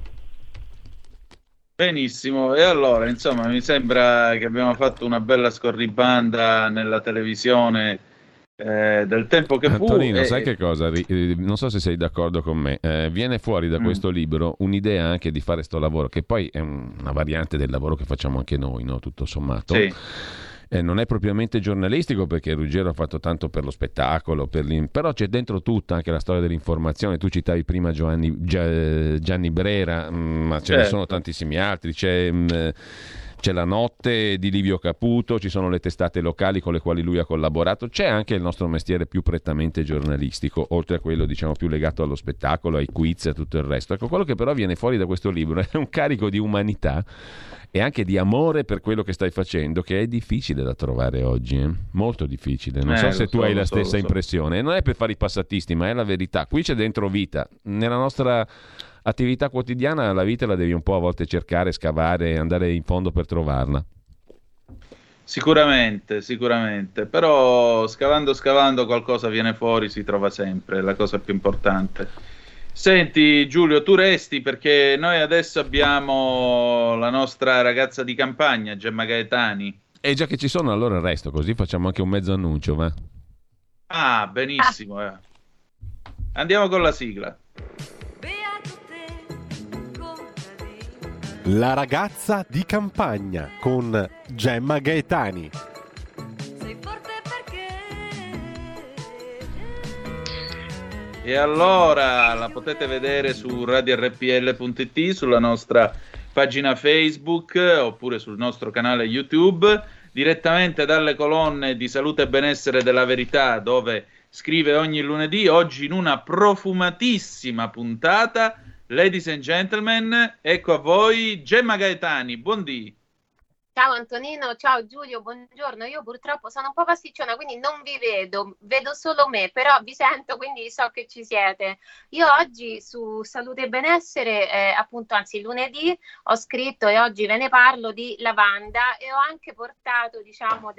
Benissimo, e allora insomma mi sembra che abbiamo fatto una bella scorribanda nella televisione del tempo che fu. Antonino, sai che cosa? Non so se sei d'accordo con me, viene fuori da questo libro un'idea anche di fare sto lavoro, che poi è una variante del lavoro che facciamo anche noi, no? Tutto sommato. Sì. Non è propriamente giornalistico perché Ruggero ha fatto tanto per lo spettacolo, però c'è dentro tutta anche la storia dell'informazione. Tu citavi prima Gianni Brera, ma ce ne sono tantissimi altri. C'è c'è La Notte di Livio Caputo, ci sono le testate locali con le quali lui ha collaborato, c'è anche il nostro mestiere più prettamente giornalistico, oltre a quello diciamo più legato allo spettacolo, ai quiz e a tutto il resto. Ecco, quello che però viene fuori da questo libro è un carico di umanità e anche di amore per quello che stai facendo, che è difficile da trovare oggi, molto difficile. Non so se tu hai la stessa impressione. Non è per fare i passatisti, ma è la verità. Qui c'è dentro vita. Nella nostra attività quotidiana la vita la devi un po' a volte cercare, scavare, andare in fondo per trovarla. Sicuramente, però scavando qualcosa viene fuori, si trova sempre, è la cosa più importante. Senti Giulio, tu resti perché noi adesso abbiamo la nostra ragazza di campagna, Gemma Gaetani. E già che ci sono, allora resto, così facciamo anche un mezzo annuncio, va? Ah, benissimo. Andiamo con la sigla. La ragazza di campagna con Gemma Gaetani. E allora la potete vedere su radiorpl.it, sulla nostra pagina Facebook oppure sul nostro canale YouTube, direttamente dalle colonne di Salute e Benessere della Verità, dove scrive ogni lunedì. Oggi in una profumatissima puntata, ladies and gentlemen, ecco a voi Gemma Gaetani, buondì. Ciao Antonino, ciao Giulio, buongiorno. Io purtroppo sono un po' pasticciona, quindi non vi vedo solo me, però vi sento, quindi so che ci siete. Io oggi su Salute e Benessere, appunto, anzi lunedì, ho scritto e oggi ve ne parlo di lavanda e ho anche portato, diciamo,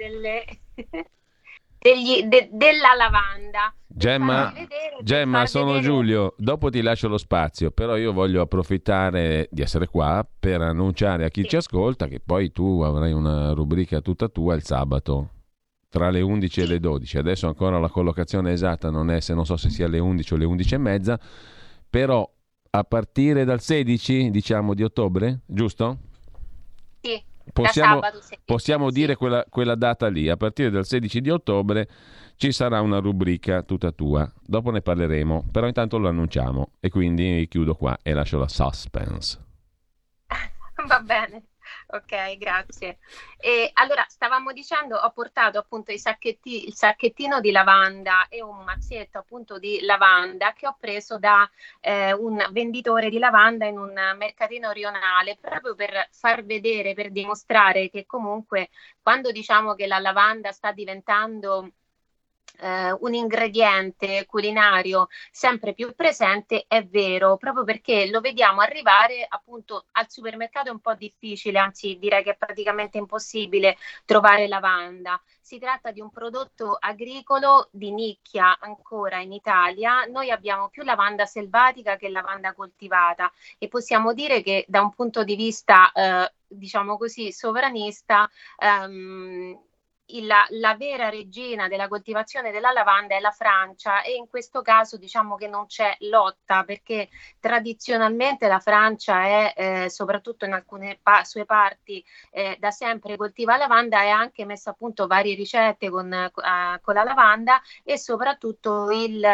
della lavanda. Gemma, sono Giulio, dopo ti lascio lo spazio, però io voglio approfittare di essere qua per annunciare a chi ci ascolta che poi tu avrai una rubrica tutta tua il sabato tra le 11 e le 12. Adesso ancora la collocazione esatta non so se sia le 11 o le 11 e mezza, però a partire dal 16, diciamo, di ottobre, giusto? Sì. Possiamo dire quella data lì, a partire dal 16 di ottobre ci sarà una rubrica tutta tua, dopo ne parleremo, però intanto lo annunciamo e quindi chiudo qua e lascio la suspense. Va bene, ok, grazie. E allora stavamo dicendo, ho portato appunto il sacchettino di lavanda e un mazzetto appunto di lavanda che ho preso da un venditore di lavanda in un mercatino rionale, proprio per far vedere, per dimostrare che comunque quando diciamo che la lavanda sta diventando un ingrediente culinario sempre più presente, è vero, proprio perché lo vediamo arrivare appunto al supermercato. È un po' difficile, anzi direi che è praticamente impossibile trovare lavanda. Si tratta di un prodotto agricolo di nicchia ancora in Italia. Noi abbiamo più lavanda selvatica che lavanda coltivata e possiamo dire che da un punto di vista diciamo così sovranista la vera regina della coltivazione della lavanda è la Francia, e in questo caso diciamo che non c'è lotta, perché tradizionalmente la Francia è soprattutto in alcune sue parti da sempre coltiva lavanda e ha anche messo a punto varie ricette con la lavanda, e soprattutto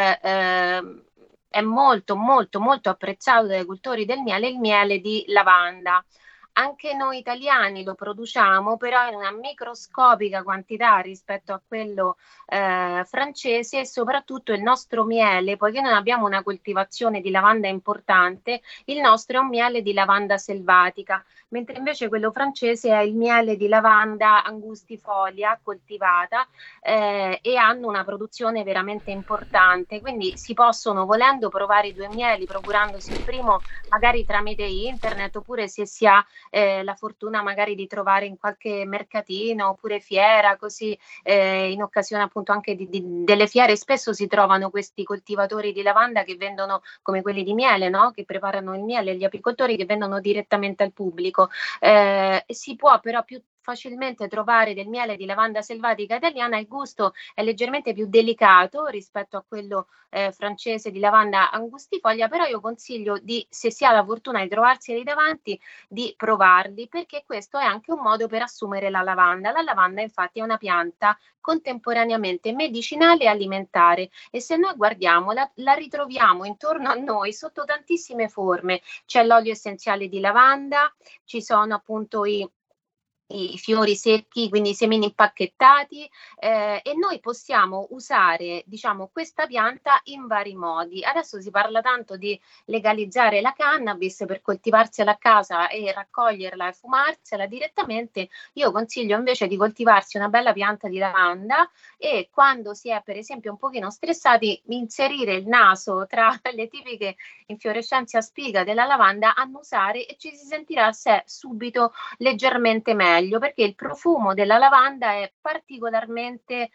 è molto molto molto apprezzato dai cultori del miele, il miele di lavanda. Anche noi italiani lo produciamo, però in una microscopica quantità rispetto a quello francese, e soprattutto il nostro miele, poiché non abbiamo una coltivazione di lavanda importante, il nostro è un miele di lavanda selvatica, mentre invece quello francese è il miele di lavanda angustifolia coltivata e hanno una produzione veramente importante. Quindi si possono, volendo, provare i due mieli, procurandosi il primo magari tramite internet, oppure se si ha la fortuna magari di trovare in qualche mercatino oppure fiera, così in occasione appunto anche delle fiere spesso si trovano questi coltivatori di lavanda che vendono, come quelli di miele, no? Che preparano il miele, gli apicoltori che vendono direttamente al pubblico. Si può però più facilmente trovare del miele di lavanda selvatica italiana. Il gusto è leggermente più delicato rispetto a quello francese di lavanda angustifolia, però io consiglio se si ha la fortuna di trovarseli davanti, di provarli, perché questo è anche un modo per assumere la lavanda. La lavanda infatti è una pianta contemporaneamente medicinale e alimentare, e se noi guardiamo la ritroviamo intorno a noi sotto tantissime forme. C'è l'olio essenziale di lavanda, ci sono appunto i i fiori secchi, quindi i semini impacchettati, e noi possiamo usare, diciamo, questa pianta in vari modi. Adesso si parla tanto di legalizzare la cannabis per coltivarsela a casa e raccoglierla e fumarsela direttamente. Io consiglio invece di coltivarsi una bella pianta di lavanda e quando si è per esempio un pochino stressati inserire il naso tra le tipiche infiorescenze a spiga della lavanda, annusare e ci si sentirà subito leggermente meglio, perché il profumo della lavanda è particolarmente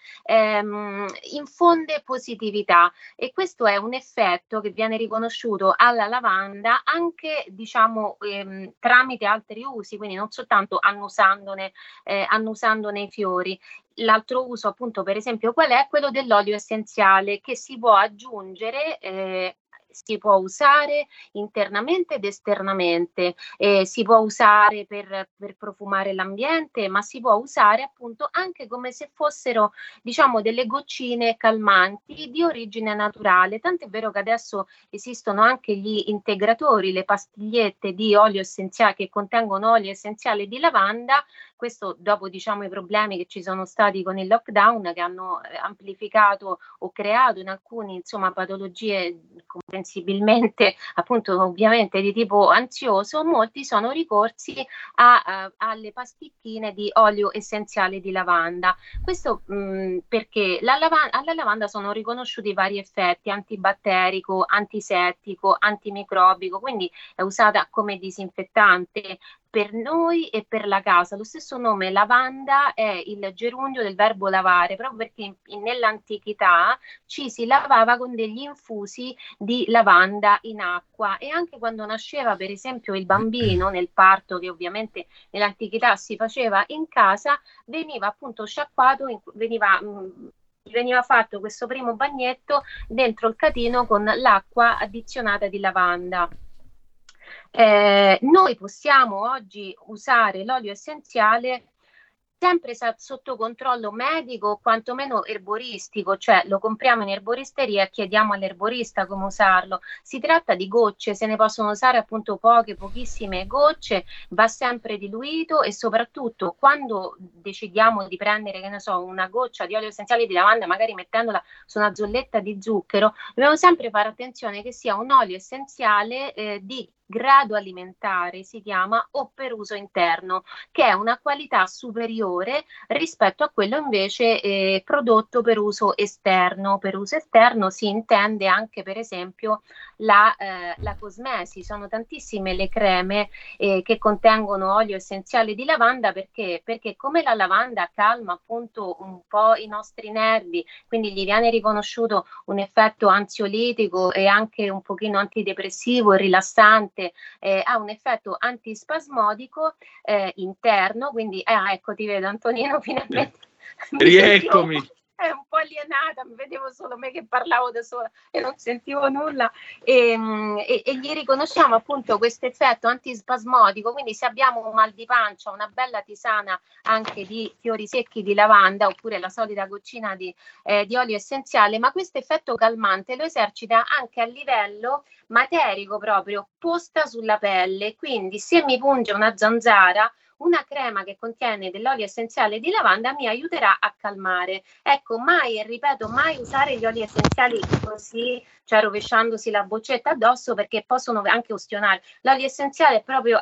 infonde positività, e questo è un effetto che viene riconosciuto alla lavanda anche, diciamo, tramite altri usi, quindi non soltanto annusandone i fiori. L'altro uso, appunto, per esempio, qual è? Quello dell'olio essenziale, che si può aggiungere, si può usare internamente ed esternamente, si può usare per profumare l'ambiente, ma si può usare appunto anche come se fossero, diciamo, delle goccine calmanti di origine naturale. Tant'è vero che adesso esistono anche gli integratori, le pastigliette di olio essenziale che contengono olio essenziale di lavanda. Questo dopo, diciamo, i problemi che ci sono stati con il lockdown, che hanno amplificato o creato in alcuni, insomma, patologie comprensibilmente, appunto, ovviamente di tipo ansioso, molti sono ricorsi alle pasticchine di olio essenziale di lavanda. Questo perché alla lavanda sono riconosciuti vari effetti: antibatterico, antisettico, antimicrobico, quindi è usata come disinfettante per noi e per la casa. Lo stesso nome lavanda è il gerundio del verbo lavare, proprio perché nell'antichità ci si lavava con degli infusi di lavanda in acqua, e anche quando nasceva per esempio il bambino nel parto, che ovviamente nell'antichità si faceva in casa, veniva appunto sciacquato, veniva fatto questo primo bagnetto dentro il catino con l'acqua addizionata di lavanda. Noi possiamo oggi usare l'olio essenziale sempre sotto controllo medico, quantomeno erboristico, cioè lo compriamo in erboristeria e chiediamo all'erborista come usarlo. Si tratta di gocce, se ne possono usare appunto pochissime gocce, va sempre diluito, e soprattutto quando decidiamo di prendere, che ne so, una goccia di olio essenziale di lavanda, magari mettendola su una zolletta di zucchero, dobbiamo sempre fare attenzione che sia un olio essenziale di grado alimentare, si chiama, o per uso interno, che è una qualità superiore rispetto a quello invece prodotto per uso esterno. Per uso esterno si intende anche per esempio la cosmesi. Sono tantissime le creme che contengono olio essenziale di lavanda, perché come la lavanda calma appunto un po' i nostri nervi, quindi gli viene riconosciuto un effetto ansiolitico e anche un pochino antidepressivo e rilassante, ha un effetto antispasmodico interno, quindi ecco, ti vedo Antonino, finalmente rieccomi. È un po' alienata, mi vedevo solo me che parlavo da sola e non sentivo nulla, e gli riconosciamo appunto questo effetto antispasmodico. Quindi se abbiamo un mal di pancia, una bella tisana anche di fiori secchi di lavanda, oppure la solita goccina di olio essenziale, ma questo effetto calmante lo esercita anche a livello materico, proprio posta sulla pelle. Quindi se mi punge una zanzara, una crema che contiene dell'olio essenziale di lavanda mi aiuterà a calmare. Ecco, mai usare gli oli essenziali così, cioè rovesciandosi la boccetta addosso, perché possono anche ustionare. L'olio essenziale è proprio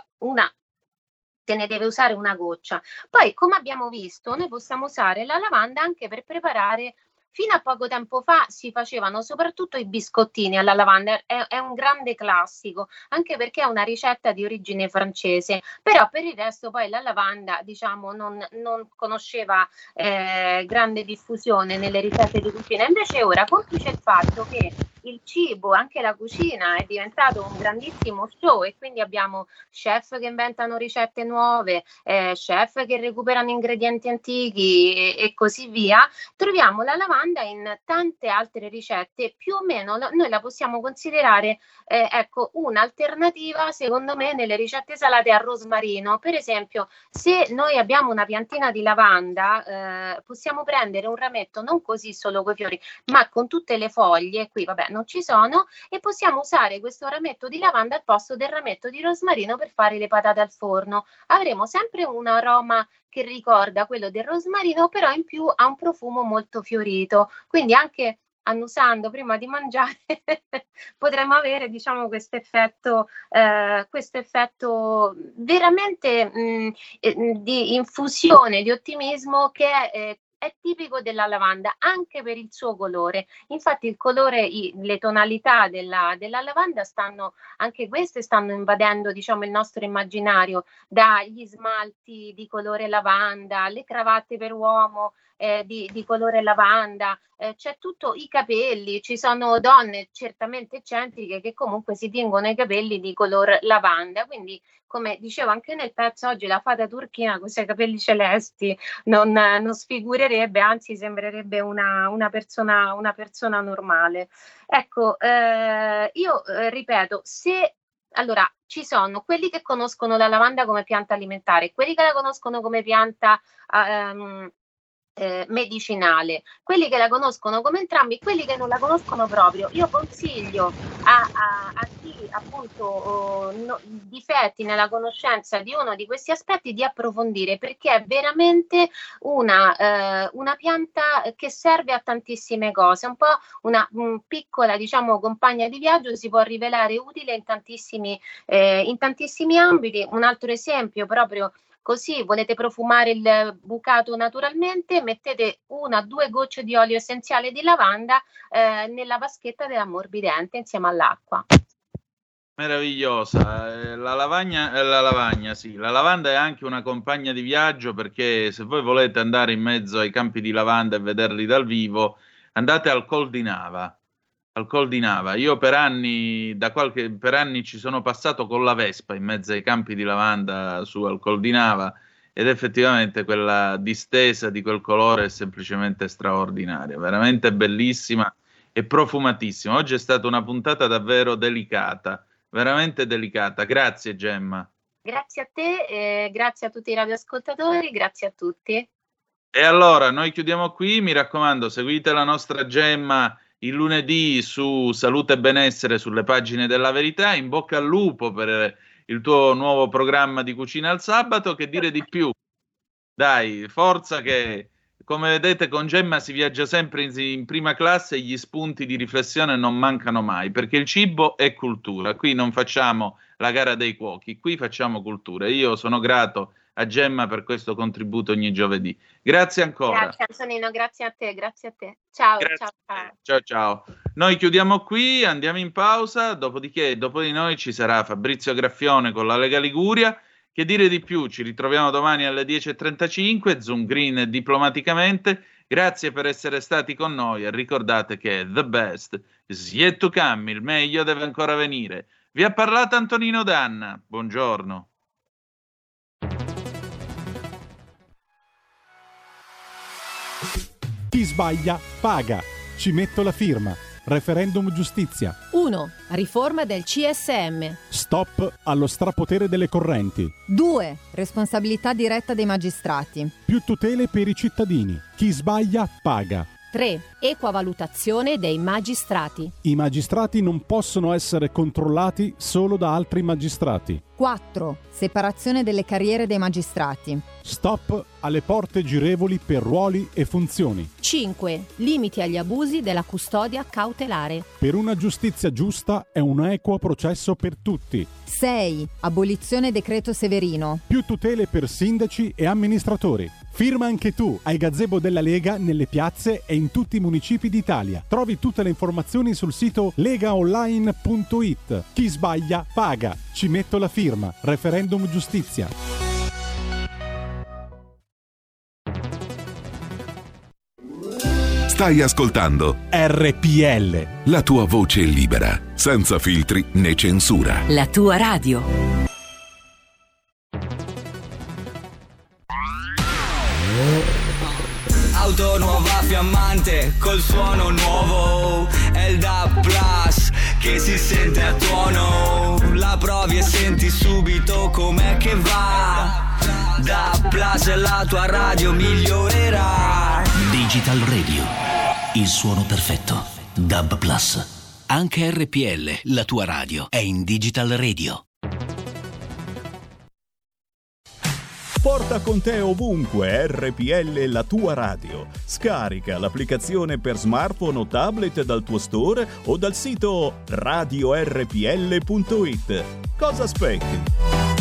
se ne deve usare una goccia. Poi, come abbiamo visto, noi possiamo usare la lavanda anche per preparare. Fino a poco tempo fa si facevano soprattutto i biscottini alla lavanda, è un grande classico, anche perché è una ricetta di origine francese, però per il resto poi la lavanda, diciamo, non conosceva grande diffusione nelle ricette di cucina. Invece ora, complice il fatto che il cibo, anche la cucina, è diventato un grandissimo show, e quindi abbiamo chef che inventano ricette nuove, chef che recuperano ingredienti antichi e così via. Troviamo la lavanda in tante altre ricette. Più o meno noi la possiamo considerare un'alternativa, secondo me, nelle ricette salate al rosmarino. Per esempio, se noi abbiamo una piantina di lavanda, possiamo prendere un rametto non così solo coi fiori, ma con tutte le foglie. Qui vabbè, non ci sono, e possiamo usare questo rametto di lavanda al posto del rametto di rosmarino per fare le patate al forno. Avremo sempre un aroma che ricorda quello del rosmarino, però in più ha un profumo molto fiorito, quindi anche annusando prima di mangiare potremmo avere, diciamo, questo effetto veramente di infusione di ottimismo che è tipico della lavanda, anche per il suo colore. Infatti il colore, le tonalità della lavanda anche queste stanno invadendo, diciamo, il nostro immaginario, dagli smalti di colore lavanda, le cravatte per uomo di colore lavanda, c'è tutto, i capelli, ci sono donne certamente eccentriche che comunque si tingono i capelli di color lavanda, quindi come dicevo anche nel pezzo oggi, la fata turchina con i suoi capelli celesti non sfigurerebbe, anzi sembrerebbe una persona normale. Ecco, io ripeto, allora, ci sono quelli che conoscono la lavanda come pianta alimentare, quelli che la conoscono come pianta medicinale, quelli che la conoscono come entrambi, quelli che non la conoscono proprio. Io consiglio a chi appunto difetti nella conoscenza di uno di questi aspetti di approfondire, perché è veramente una pianta che serve a tantissime cose, un po' una piccola, diciamo, compagna di viaggio, si può rivelare utile in tantissimi ambiti. Un altro esempio, proprio così, volete profumare il bucato naturalmente, mettete 1-2 gocce di olio essenziale di lavanda nella vaschetta dell'ammorbidente insieme all'acqua. Meravigliosa, la lavanda è anche una compagna di viaggio, perché se voi volete andare in mezzo ai campi di lavanda e vederli dal vivo, andate al Col di Nava. Io per anni ci sono passato con la Vespa in mezzo ai campi di lavanda su al Col di Nava, ed effettivamente quella distesa di quel colore è semplicemente straordinaria, veramente bellissima e profumatissima. Oggi è stata una puntata davvero delicata, veramente delicata. Grazie Gemma. Grazie a te, grazie a tutti i radioascoltatori, grazie a tutti. E allora noi chiudiamo qui, mi raccomando, seguite la nostra Gemma il lunedì su Salute e Benessere sulle pagine della Verità. In bocca al lupo per il tuo nuovo programma di cucina al sabato. Che dire di più? Dai, forza, che come vedete con Gemma si viaggia sempre in prima classe e gli spunti di riflessione non mancano mai, perché il cibo è cultura. Qui non facciamo la gara dei cuochi, qui facciamo cultura. Io sono grato a Gemma per questo contributo ogni giovedì. Grazie ancora. Grazie Antonino, grazie a te. Ciao. Ciao. Noi chiudiamo qui, andiamo in pausa, dopodiché dopo di noi ci sarà Fabrizio Graffione con la Lega Liguria. Che dire di più? Ci ritroviamo domani alle 10.35, Zoom Green diplomaticamente. Grazie per essere stati con noi e ricordate che the best is yet to come, il meglio deve ancora venire. Vi ha parlato Antonino Danna, buongiorno. Chi sbaglia paga. Ci metto la firma. Referendum giustizia. 1. Riforma del CSM. Stop allo strapotere delle correnti. 2. Responsabilità diretta dei magistrati. Più tutele per i cittadini. Chi sbaglia paga. 3. Equa valutazione dei magistrati. I magistrati non possono essere controllati solo da altri magistrati. 4. Separazione delle carriere dei magistrati. Stop alle porte girevoli per ruoli e funzioni. 5. Limiti agli abusi della custodia cautelare. Per una giustizia giusta e un equo processo per tutti. 6. Abolizione decreto Severino. Più tutele per sindaci e amministratori. Firma anche tu ai gazebo della Lega nelle piazze e in tutti i municipi d'Italia. Trovi tutte le informazioni sul sito legaonline.it. Chi sbaglia paga. Ci metto la firma. Referendum giustizia. Stai ascoltando RPL. La tua voce libera, senza filtri né censura. La tua radio. Auto nuova fiammante col suono nuovo, è il DAB Plus che si sente a tuono. La provi e senti subito com'è che va. DAB Plus e la tua radio migliorerà. Digital Radio, il suono perfetto. DAB Plus. Anche RPL, la tua radio, è in Digital Radio. Porta con te ovunque RPL, la tua radio. Scarica l'applicazione per smartphone o tablet dal tuo store o dal sito radiorpl.it. Cosa aspetti?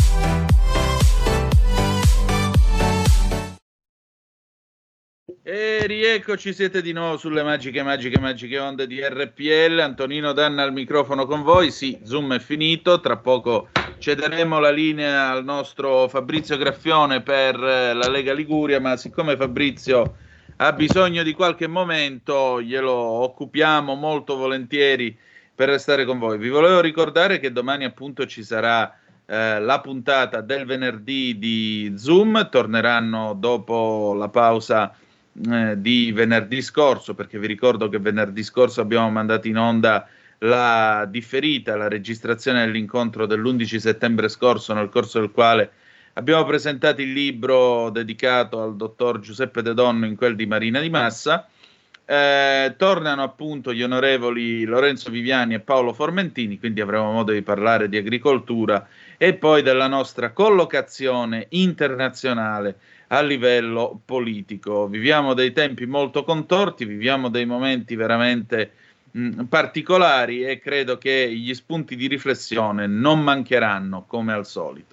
E rieccoci, siete di nuovo sulle magiche onde di RPL. Antonino Danna al microfono con voi. Sì, Zoom è finito, tra poco cederemo la linea al nostro Fabrizio Graffione per la Lega Liguria, ma siccome Fabrizio ha bisogno di qualche momento, glielo occupiamo molto volentieri per restare con voi. Vi volevo ricordare che domani appunto ci sarà la puntata del venerdì di Zoom, torneranno dopo la pausa di venerdì scorso, perché vi ricordo che venerdì scorso abbiamo mandato in onda la differita, la registrazione dell'incontro dell'11 settembre scorso, nel corso del quale abbiamo presentato il libro dedicato al dottor Giuseppe De Donno, in quel di Marina di Massa. Tornano appunto gli onorevoli Lorenzo Viviani e Paolo Formentini, quindi avremo modo di parlare di agricoltura e poi della nostra collocazione internazionale a livello politico. Viviamo dei tempi molto contorti, viviamo dei momenti veramente particolari e credo che gli spunti di riflessione non mancheranno come al solito.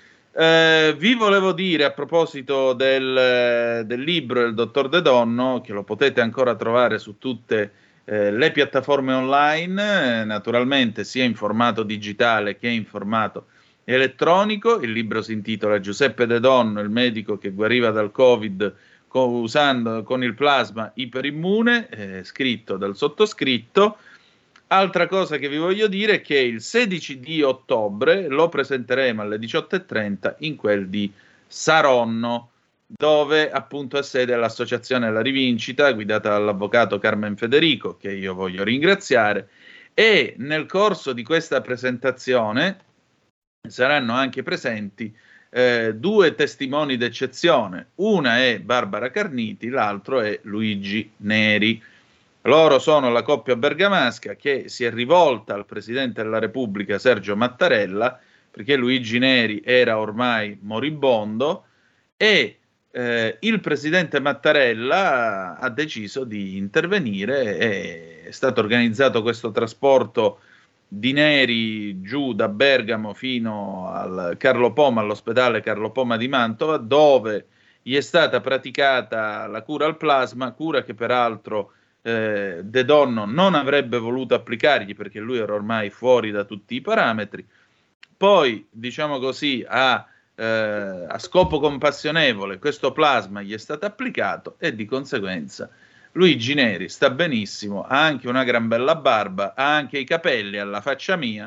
Vi volevo dire a proposito del libro del dottor De Donno, che lo potete ancora trovare su tutte le piattaforme online, naturalmente sia in formato digitale che in formato elettronico. Il libro si intitola Giuseppe De Donno, il medico che guariva dal Covid con il plasma iperimmune, scritto dal sottoscritto. Altra cosa che vi voglio dire è che il 16 di ottobre lo presenteremo alle 18:30 in quel di Saronno, dove appunto è sede l'associazione La Rivincita, guidata dall'avvocato Carmen Federico, che io voglio ringraziare, e nel corso di questa presentazione saranno anche presenti due testimoni d'eccezione. Una è Barbara Carniti, l'altro è Luigi Neri. Loro sono la coppia bergamasca che si è rivolta al Presidente della Repubblica Sergio Mattarella, perché Luigi Neri era ormai moribondo, e il Presidente Mattarella ha deciso di intervenire. È stato organizzato questo trasporto di Neri giù da Bergamo fino al Carlo Poma, all'ospedale Carlo Poma di Mantova, dove gli è stata praticata la cura al plasma, cura che peraltro De Donno non avrebbe voluto applicargli perché lui era ormai fuori da tutti i parametri. Poi, diciamo così, a scopo compassionevole questo plasma gli è stato applicato e di conseguenza Luigi Neri sta benissimo, ha anche una gran bella barba, ha anche i capelli alla faccia mia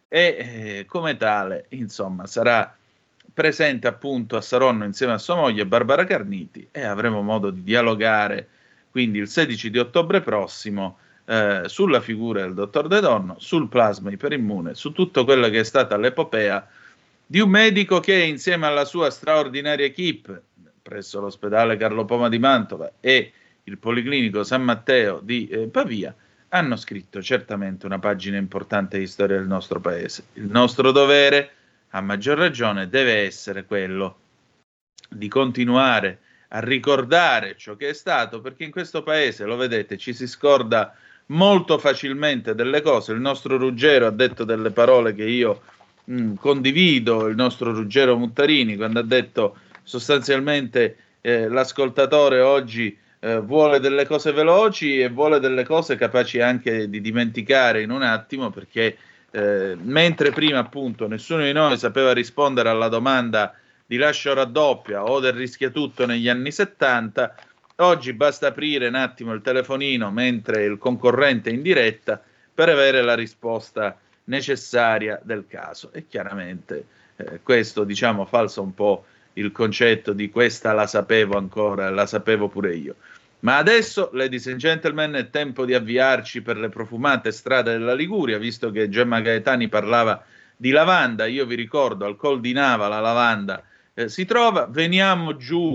e come tale, insomma, sarà presente appunto a Saronno insieme a sua moglie Barbara Carniti e avremo modo di dialogare quindi il 16 di ottobre prossimo sulla figura del dottor De Donno, sul plasma iperimmune, su tutto quello che è stata l'epopea di un medico che insieme alla sua straordinaria equipe presso l'ospedale Carlo Poma di Mantova e il Policlinico San Matteo di Pavia hanno scritto certamente una pagina importante di storia del nostro paese. Il nostro dovere, a maggior ragione, deve essere quello di continuare a ricordare ciò che è stato, perché in questo paese, lo vedete, ci si scorda molto facilmente delle cose. Il nostro Ruggero ha detto delle parole che io condivido, il nostro Ruggero Muttarini, quando ha detto sostanzialmente l'ascoltatore oggi vuole delle cose veloci e vuole delle cose capaci anche di dimenticare in un attimo, perché mentre prima appunto nessuno di noi sapeva rispondere alla domanda di lascio raddoppia o del rischiatutto negli anni 70, oggi basta aprire un attimo il telefonino mentre il concorrente è in diretta per avere la risposta necessaria del caso. E chiaramente questo, diciamo, falsa un po' il concetto di questa la sapevo ancora, la sapevo pure io. Ma adesso, ladies and gentlemen, è tempo di avviarci per le profumate strade della Liguria, visto che Gemma Gaetani parlava di lavanda. Io vi ricordo, al Col di Nava la lavanda si trova. Veniamo giù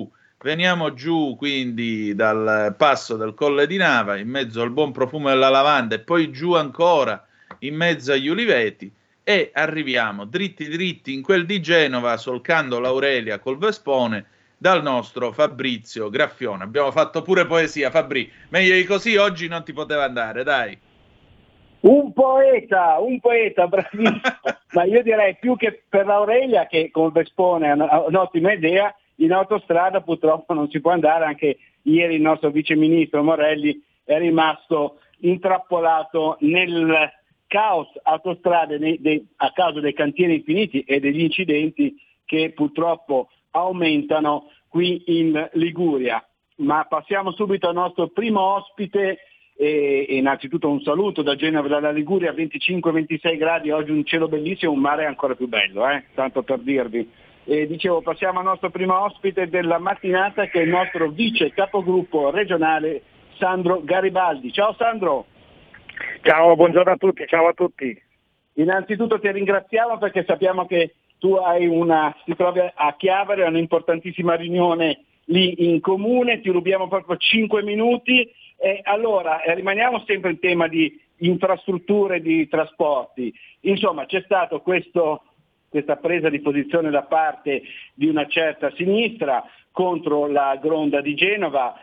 Veniamo giù quindi dal passo del Colle di Nava, in mezzo al buon profumo della lavanda, e poi giù ancora in mezzo agli uliveti, e arriviamo dritti dritti in quel di Genova, solcando l'Aurelia col Vespone, dal nostro Fabrizio Graffione. Abbiamo fatto pure poesia, Fabri, meglio di così oggi non ti poteva andare, dai. Un poeta, bravissimo. Ma io direi più che per l'Aurelia, che col Vespone è un'ottima idea, in autostrada purtroppo non si può andare. Anche ieri il nostro viceministro Morelli è rimasto intrappolato nel caos autostrade a causa dei cantieri infiniti e degli incidenti che purtroppo aumentano qui in Liguria. Ma passiamo subito al nostro primo ospite. E innanzitutto un saluto da Genova, dalla Liguria, 25-26 gradi, oggi un cielo bellissimo, un mare ancora più bello, tanto per dirvi. E dicevo, passiamo al nostro primo ospite della mattinata, che è il nostro vice capogruppo regionale Sandro Garibaldi. Ciao Sandro. Ciao, buongiorno a tutti, ciao a tutti. Innanzitutto ti ringraziamo perché sappiamo che tu ti trovi a Chiavari, a un'importantissima riunione lì in comune, ti rubiamo proprio 5 minuti. Allora, rimaniamo sempre in tema di infrastrutture, di trasporti. Insomma, c'è stato questa presa di posizione da parte di una certa sinistra contro la Gronda di Genova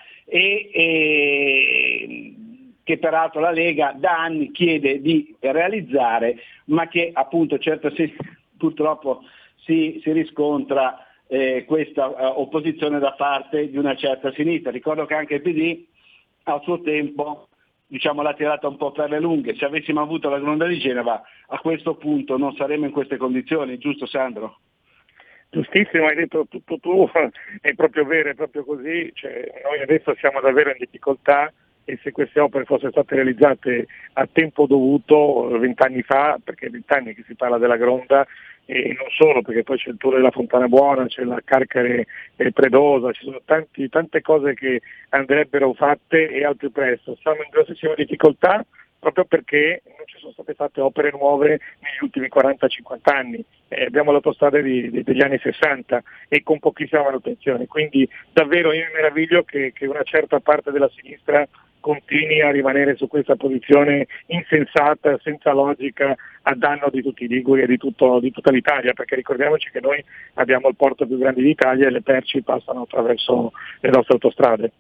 e che peraltro la Lega da anni chiede di realizzare, ma che appunto purtroppo si riscontra questa opposizione da parte di una certa sinistra. Ricordo che anche il PD al suo tempo l'ha tirata un po' per le lunghe. Se avessimo avuto la Gronda di Genova a questo punto non saremmo in queste condizioni, giusto Sandro? Giustissimo, hai detto tutto tu, è proprio vero, è proprio così. Noi adesso siamo davvero in difficoltà, e se queste opere fossero state realizzate a tempo dovuto 20 anni fa, perché è 20 anni che si parla della Gronda, e non solo, perché poi c'è il tour della Fontana Buona, c'è la Carcare Predosa, ci sono tante cose che andrebbero fatte e al più presto. Siamo in grossissima difficoltà proprio perché non ci sono state fatte opere nuove negli ultimi 40-50 anni. Abbiamo l'autostrada degli anni 60 e con pochissima manutenzione, quindi davvero io mi meraviglio che una certa parte della sinistra continui a rimanere su questa posizione insensata, senza logica, a danno di tutti i liguri e di tutta l'Italia, perché ricordiamoci che noi abbiamo il porto più grande d'Italia e le merci passano attraverso le nostre autostrade.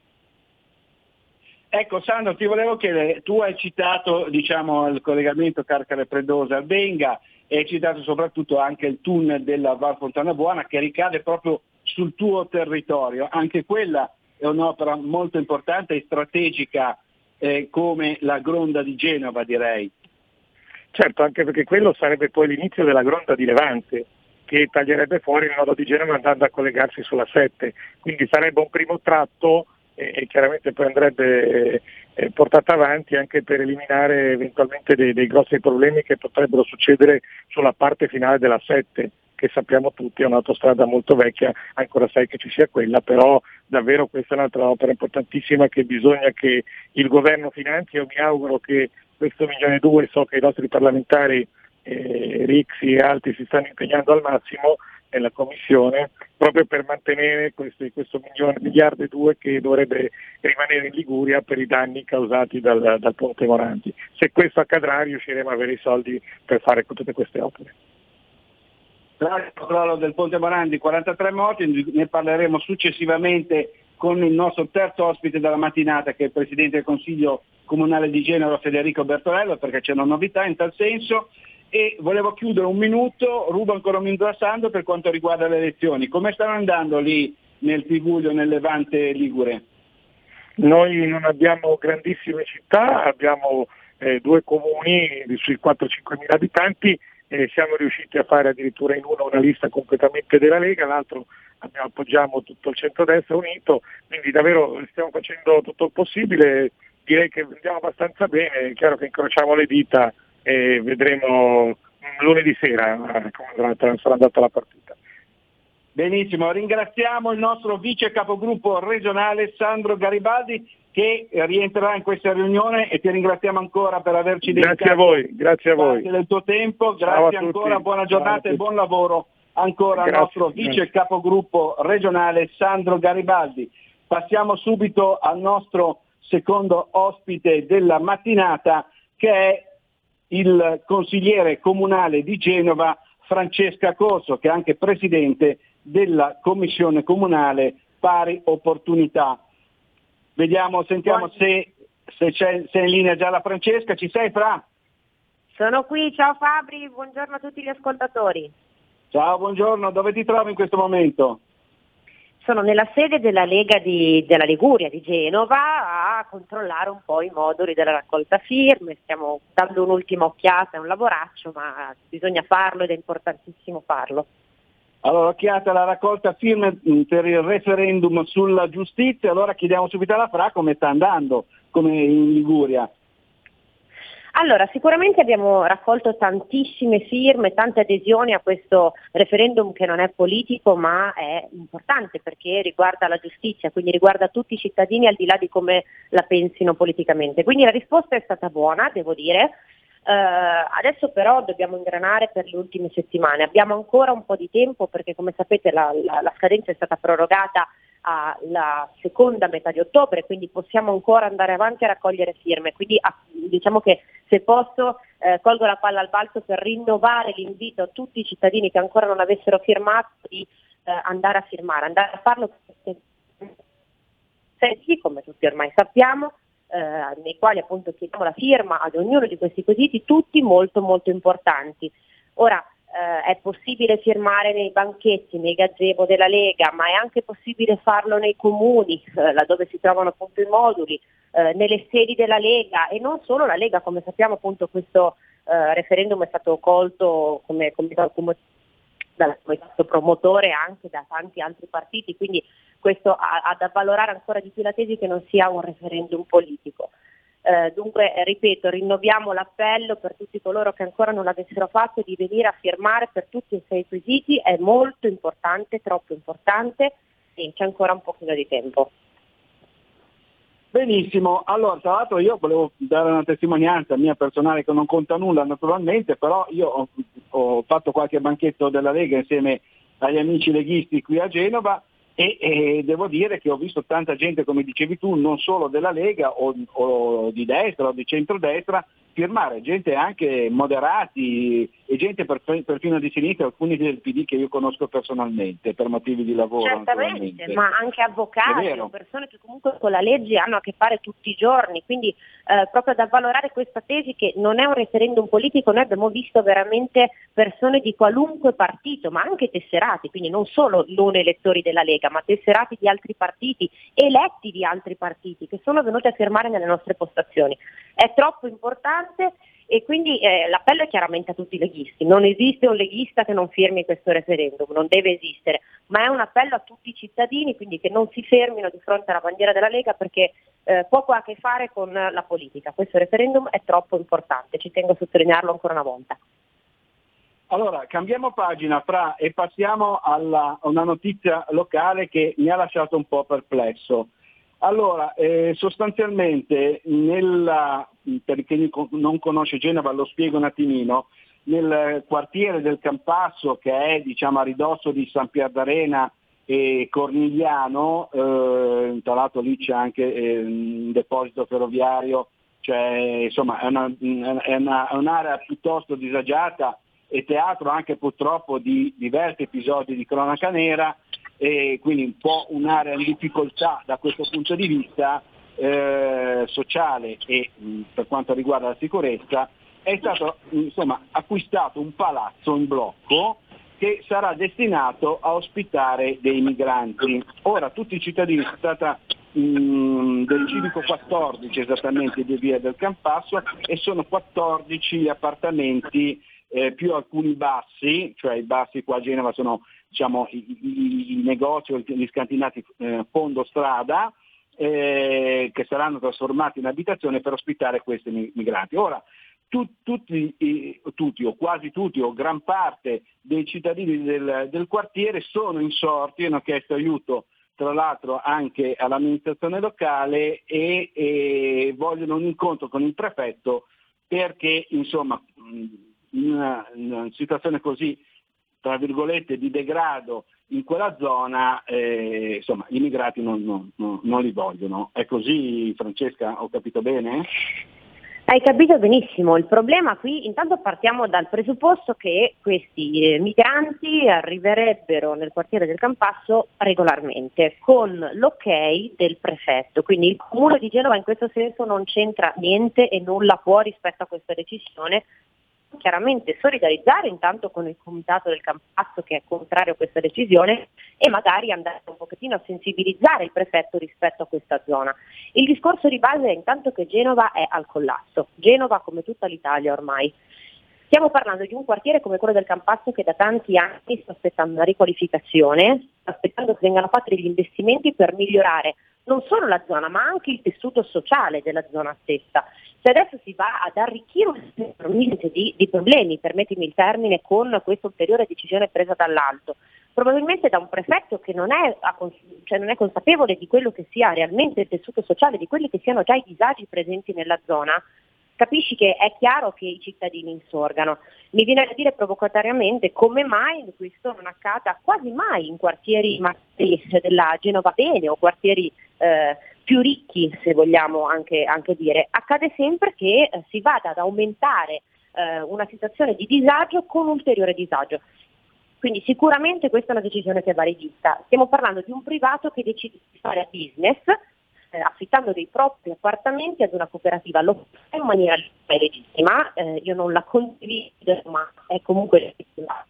Ecco Sandro, ti volevo chiedere, tu hai citato il collegamento Carcare-Predosa-Albenga e hai citato soprattutto anche il tunnel della Val Fontana Buona che ricade proprio sul tuo territorio. Anche quella è un'opera molto importante e strategica come la Gronda di Genova, direi. Certo, anche perché quello sarebbe poi l'inizio della Gronda di Levante, che taglierebbe fuori il nodo di Genova andando a collegarsi sulla 7, quindi sarebbe un primo tratto e chiaramente poi andrebbe portata avanti anche per eliminare eventualmente dei grossi problemi che potrebbero succedere sulla parte finale della 7, che sappiamo tutti è un'autostrada molto vecchia, ancora sai che ci sia quella, però davvero questa è un'altra opera importantissima che bisogna che il governo finanzi. Io mi auguro che questo 1,2 milioni, so che i nostri parlamentari Rixi e altri si stanno impegnando al massimo nella commissione proprio per mantenere questo 1,2 miliardi che dovrebbe rimanere in Liguria per i danni causati dal ponte Morandi. Se questo accadrà riusciremo a avere i soldi per fare tutte queste opere. Il crollo del ponte Morandi, 43 morti, ne parleremo successivamente con il nostro terzo ospite della mattinata, che è il Presidente del Consiglio Comunale di Genova Federico Bertorello, perché c'è una novità in tal senso. E volevo chiudere un minuto, rubo ancora un minuto a Sandro per quanto riguarda le elezioni. Come stanno andando lì nel Tiguglio, nel Levante Ligure? Noi non abbiamo grandissime città, abbiamo 2 comuni sui 4-5 mila abitanti, siamo riusciti a fare addirittura in uno una lista completamente della Lega, l'altro appoggiamo tutto il centrodestra unito, quindi davvero stiamo facendo tutto il possibile, direi che andiamo abbastanza bene, è chiaro che incrociamo le dita e vedremo lunedì sera come sarà andata la partita. Benissimo, ringraziamo il nostro vice capogruppo regionale Sandro Garibaldi che rientrerà in questa riunione e ti ringraziamo ancora per averci dedicato grazie a voi del tuo tempo, grazie ancora, buona giornata e buon lavoro ancora al nostro vice capogruppo regionale Sandro Garibaldi. Passiamo subito al nostro secondo ospite della mattinata, che è il consigliere comunale di Genova Francesca Corso, che è anche presidente della commissione comunale pari opportunità. Sentiamo se è in linea già la Francesca. Ci sei, Fra? Sono qui, ciao Fabri, buongiorno a tutti gli ascoltatori. Ciao, buongiorno, dove ti trovi in questo momento? Sono nella sede della Lega della Liguria di Genova a controllare un po' i moduli della raccolta firme, stiamo dando un'ultima occhiata, è un lavoraccio, ma bisogna farlo ed è importantissimo farlo. Allora, occhiata alla raccolta firme per il referendum sulla giustizia, allora chiediamo subito alla Fra come sta andando, come in Liguria. Allora, sicuramente abbiamo raccolto tantissime firme, tante adesioni a questo referendum che non è politico ma è importante perché riguarda la giustizia, quindi riguarda tutti i cittadini al di là di come la pensino politicamente. Quindi la risposta è stata buona, devo dire. Adesso però dobbiamo ingranare per le ultime settimane. Abbiamo ancora un po' di tempo perché, come sapete, la scadenza è stata prorogata alla seconda metà di ottobre, quindi possiamo ancora andare avanti a raccogliere firme. Quindi diciamo che, se posso, colgo la palla al balzo per rinnovare l'invito a tutti i cittadini che ancora non avessero firmato di andare a firmare, andare a farlo, come tutti ormai sappiamo, nei quali appunto chiediamo la firma ad ognuno di questi quesiti, tutti molto molto importanti. Ora, è possibile firmare nei banchetti, nei gazebo della Lega, ma è anche possibile farlo nei comuni, laddove si trovano appunto i moduli, nelle sedi della Lega, e non solo la Lega. Come sappiamo, appunto, questo referendum è stato colto come dal comitato promotore anche da tanti altri partiti, quindi questo ha da valorare ancora di più la tesi che non sia un referendum politico. Dunque, ripeto, rinnoviamo l'appello per tutti coloro che ancora non l'avessero fatto di venire a firmare per tutti e 6 quesiti. È molto importante, troppo importante, e c'è ancora un pochino di tempo. Benissimo, allora tra l'altro io volevo dare una testimonianza mia personale che non conta nulla naturalmente, però io ho fatto qualche banchetto della Lega insieme agli amici leghisti qui a Genova e devo dire che ho visto tanta gente, come dicevi tu, non solo della Lega o di destra o di centrodestra, firmare, gente anche moderati e gente perfino di sinistra, alcuni del PD che io conosco personalmente per motivi di lavoro. Certamente, ma anche avvocati o persone che comunque con la legge hanno a che fare tutti i giorni, quindi proprio da valorare questa tesi che non è un referendum politico. Noi abbiamo visto veramente persone di qualunque partito, ma anche tesserati, quindi non solo non elettori della Lega, ma tesserati di altri partiti, eletti di altri partiti, che sono venuti a firmare nelle nostre postazioni. È troppo importante. E quindi l'appello è chiaramente a tutti i leghisti. Non esiste un leghista che non firmi questo referendum, non deve esistere, ma è un appello a tutti i cittadini, quindi che non si fermino di fronte alla bandiera della Lega, perché poco ha a che fare con la politica. Questo referendum è troppo importante, ci tengo a sottolinearlo ancora una volta. Allora, cambiamo pagina, Fra, e passiamo a una notizia locale che mi ha lasciato un po' perplesso. Allora, sostanzialmente, per chi non conosce Genova lo spiego un attimino, nel quartiere del Campasso, che è diciamo a ridosso di San Pierdarena e Cornigliano, tra l'altro lì c'è anche un deposito ferroviario, cioè insomma è un'area piuttosto disagiata e teatro anche purtroppo di diversi episodi di cronaca nera, e quindi un po' un'area in difficoltà da questo punto di vista sociale e per quanto riguarda la sicurezza. È stato acquistato un palazzo in blocco che sarà destinato a ospitare dei migranti. Ora tutti i cittadini, si tratta del civico 14 esattamente di Via del Campasso, e sono 14 gli appartamenti più alcuni bassi, cioè i bassi qua a Genova sono diciamo i negozi o gli scantinati fondo strada, che saranno trasformati in abitazione per ospitare questi migranti. Ora tutti o quasi tutti o gran parte dei cittadini del quartiere sono insorti e hanno chiesto aiuto tra l'altro anche all'amministrazione locale e vogliono un incontro con il prefetto, perché insomma in una situazione così tra virgolette di degrado in quella zona, insomma gli immigrati non li vogliono. È così, Francesca, ho capito bene? Hai capito benissimo, il problema qui, intanto partiamo dal presupposto che questi migranti arriverebbero nel quartiere del Campasso regolarmente, con l'ok del prefetto, quindi il comune di Genova in questo senso non c'entra niente e nulla può rispetto a questa decisione. Chiaramente solidarizzare intanto con il comitato del Campasso che è contrario a questa decisione e magari andare un pochettino a sensibilizzare il prefetto rispetto a questa zona. Il discorso di base è intanto che Genova è al collasso, Genova come tutta l'Italia ormai. Stiamo parlando di un quartiere come quello del Campasso che da tanti anni sta aspettando una riqualificazione, aspettando che vengano fatti degli investimenti per migliorare non solo la zona ma anche il tessuto sociale della zona stessa. Se adesso si va ad arricchire ulteriormente di problemi, permettimi il termine, con questa ulteriore decisione presa dall'alto, probabilmente da un prefetto che non è consapevole di quello che sia realmente il tessuto sociale, di quelli che siano già i disagi presenti nella zona, capisci che è chiaro che i cittadini insorgano. Mi viene da dire provocatoriamente come mai questo non accada quasi mai in quartieri della Genova Bene o quartieri più ricchi, se vogliamo anche dire. Accade sempre che si vada ad aumentare una situazione di disagio con ulteriore disagio. Quindi sicuramente questa è una decisione che va rivista. Stiamo parlando di un privato che decide di fare business affittando dei propri appartamenti ad una cooperativa, lo fa in maniera legittima, io non la condivido, ma è comunque legittima.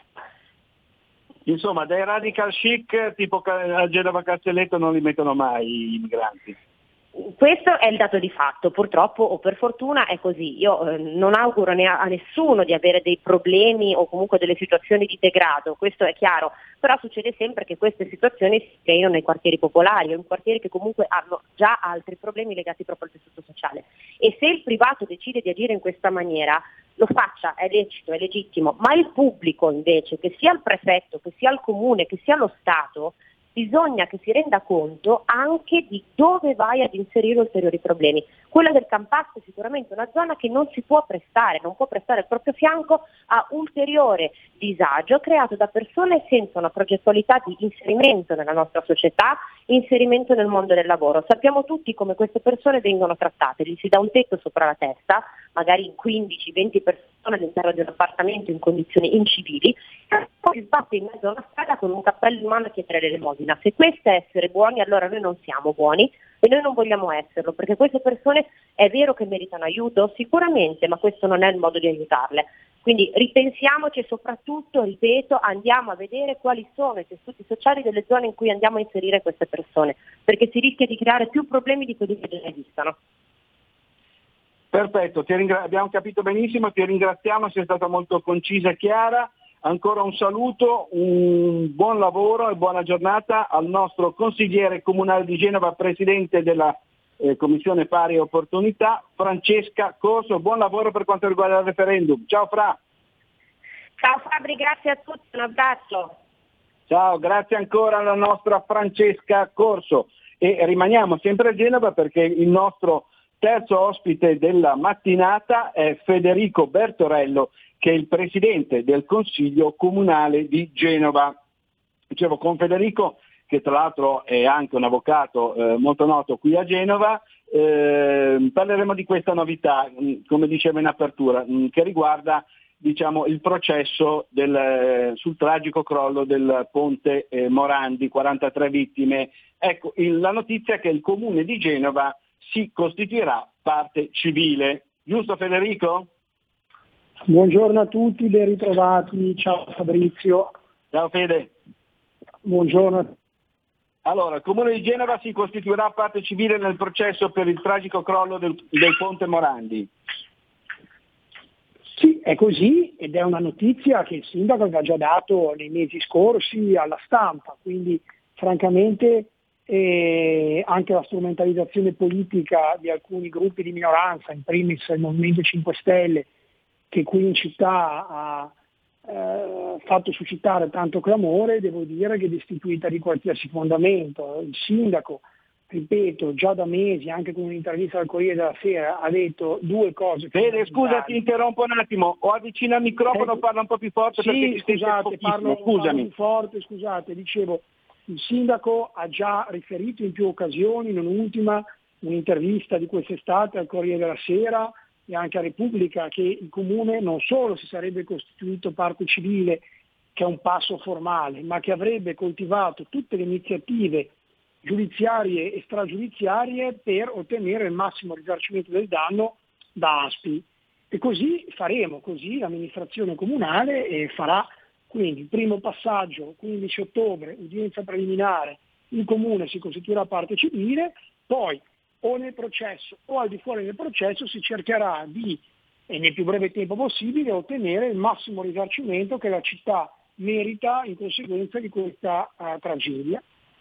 Insomma, dai radical chic tipo a Genova Castelletto non li mettono mai i migranti. Questo è il dato di fatto, purtroppo o per fortuna è così. Io non auguro a nessuno di avere dei problemi o comunque delle situazioni di degrado, questo è chiaro, però succede sempre che queste situazioni si creino nei quartieri popolari o in quartieri che comunque hanno già altri problemi legati proprio al tessuto sociale. E se il privato decide di agire in questa maniera, lo faccia, è lecito, è legittimo, ma il pubblico invece, che sia il prefetto, che sia il comune, che sia lo Stato, bisogna che si renda conto anche di dove vai ad inserire ulteriori problemi. Quella del Campasso è sicuramente una zona che non può prestare il proprio fianco a ulteriore disagio creato da persone senza una progettualità di inserimento nella nostra società, inserimento nel mondo del lavoro. Sappiamo tutti come queste persone vengono trattate, gli si dà un tetto sopra la testa, magari in 15-20 persone all'interno di un appartamento in condizioni incivili, e poi si sbatte in mezzo a una strada con un cappello in mano a chiedere l'elemosina. Se questo è essere buoni, allora noi non siamo buoni e noi non vogliamo esserlo, perché queste persone è vero che meritano aiuto, sicuramente, ma questo non è il modo di aiutarle. Quindi ripensiamoci e soprattutto, ripeto, andiamo a vedere quali sono i tessuti sociali delle zone in cui andiamo a inserire queste persone, perché si rischia di creare più problemi di quelli che già esistono. Perfetto, abbiamo capito benissimo, ti ringraziamo, sei stata molto concisa e chiara. Ancora un saluto, un buon lavoro e buona giornata al nostro consigliere comunale di Genova, presidente della Commissione Pari Opportunità, Francesca Corso. Buon lavoro per quanto riguarda il referendum. Ciao Fra. Ciao Fabri, grazie a tutti, un abbraccio. Ciao, grazie ancora alla nostra Francesca Corso. E rimaniamo sempre a Genova perché il nostro terzo ospite della mattinata è Federico Bertorello, che è il presidente del Consiglio Comunale di Genova. Dicevo, con Federico, che tra l'altro è anche un avvocato molto noto qui a Genova, parleremo di questa novità, come dicevo in apertura, che riguarda il processo sul tragico crollo del ponte Morandi, 43 vittime. Ecco, la notizia è che il Comune di Genova si costituirà parte civile. Giusto Federico? Buongiorno a tutti, ben ritrovati. Ciao Fabrizio. Ciao Fede. Buongiorno. Allora, il Comune di Genova si costituirà parte civile nel processo per il tragico crollo del ponte Morandi. Sì, è così ed è una notizia che il sindaco aveva già dato nei mesi scorsi alla stampa, quindi francamente anche la strumentalizzazione politica di alcuni gruppi di minoranza, in primis il Movimento 5 Stelle, che qui in città ha fatto suscitare tanto clamore, devo dire che è destituita di qualsiasi fondamento. Il sindaco ripeto, già da mesi, anche con un'intervista al Corriere della Sera, ha detto due cose. Fede, scusa, ti interrompo un attimo, o avvicina il microfono, parla un po' più forte perché ti scusate, parlo scusami. più forte, scusate, dicevo, il sindaco ha già riferito in più occasioni, non ultima un'intervista di quest'estate al Corriere della Sera e anche a Repubblica, che il Comune non solo si sarebbe costituito parte civile, che è un passo formale, ma che avrebbe coltivato tutte le iniziative giudiziarie e stragiudiziarie per ottenere il massimo risarcimento del danno da ASPI. E così faremo, così l'amministrazione comunale farà. Quindi il primo passaggio, 15 ottobre, udienza preliminare, il Comune si costituirà parte civile, poi o nel processo o al di fuori del processo si cercherà di, e nel più breve tempo possibile, ottenere il massimo risarcimento che la città merita in conseguenza di questa tragedia.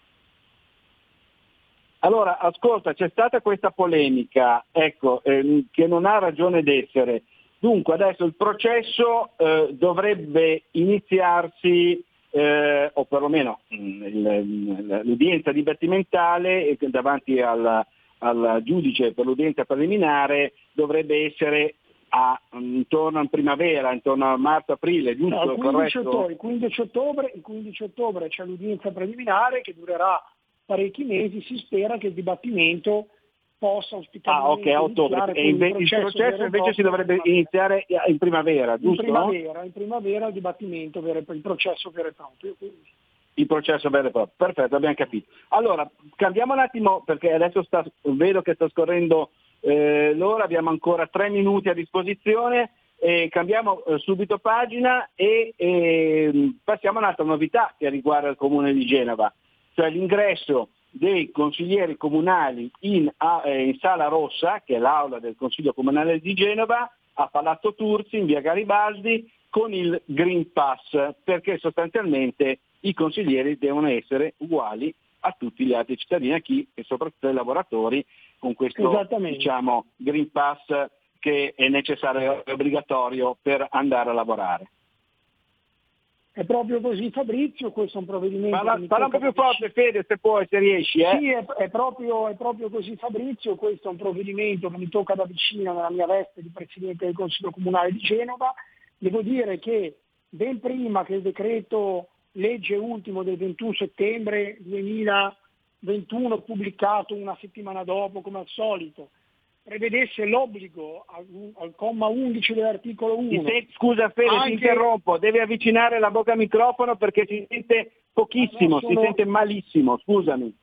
Allora, ascolta, c'è stata questa polemica, ecco, che non ha ragione d'essere. Dunque adesso il processo dovrebbe iniziarsi, o perlomeno l'udienza dibattimentale davanti al giudice per l'udienza preliminare dovrebbe essere intorno a primavera, intorno a marzo-aprile, giusto? No, il 15 ottobre c'è l'udienza preliminare che durerà parecchi mesi, si spera che il dibattimento possa ospitare a ottobre. E il processo invece si dovrebbe iniziare in primavera, giusto? In primavera il dibattimento il processo vero e proprio. Quindi. Il processo vero e proprio, perfetto, abbiamo capito. Allora, cambiamo un attimo, perché adesso vedo che sta scorrendo l'ora, abbiamo ancora 3 minuti a disposizione, cambiamo subito pagina e passiamo a un'altra novità che riguarda il Comune di Genova, cioè l'ingresso dei consiglieri comunali in Sala Rossa, che è l'aula del Consiglio Comunale di Genova, a Palazzo Turzi, in via Garibaldi, con il Green Pass, perché sostanzialmente i consiglieri devono essere uguali a tutti gli altri cittadini, e soprattutto ai lavoratori, con questo Green Pass che è necessario e obbligatorio per andare a lavorare. È proprio così, Fabrizio, questo è un provvedimento... Parla un po' più forte, Fede, se puoi, se riesci. Sì, è proprio così, Fabrizio, questo è un provvedimento che mi tocca da vicino nella mia veste di Presidente del Consiglio Comunale di Genova. Devo dire che ben prima che il decreto legge ultimo del 21 settembre 2021, pubblicato una settimana dopo come al solito, prevedesse l'obbligo al comma 11 dell'articolo 1. Scusa Fede, ti interrompo, devi avvicinare la bocca al microfono perché si sente pochissimo, si sente malissimo, scusami.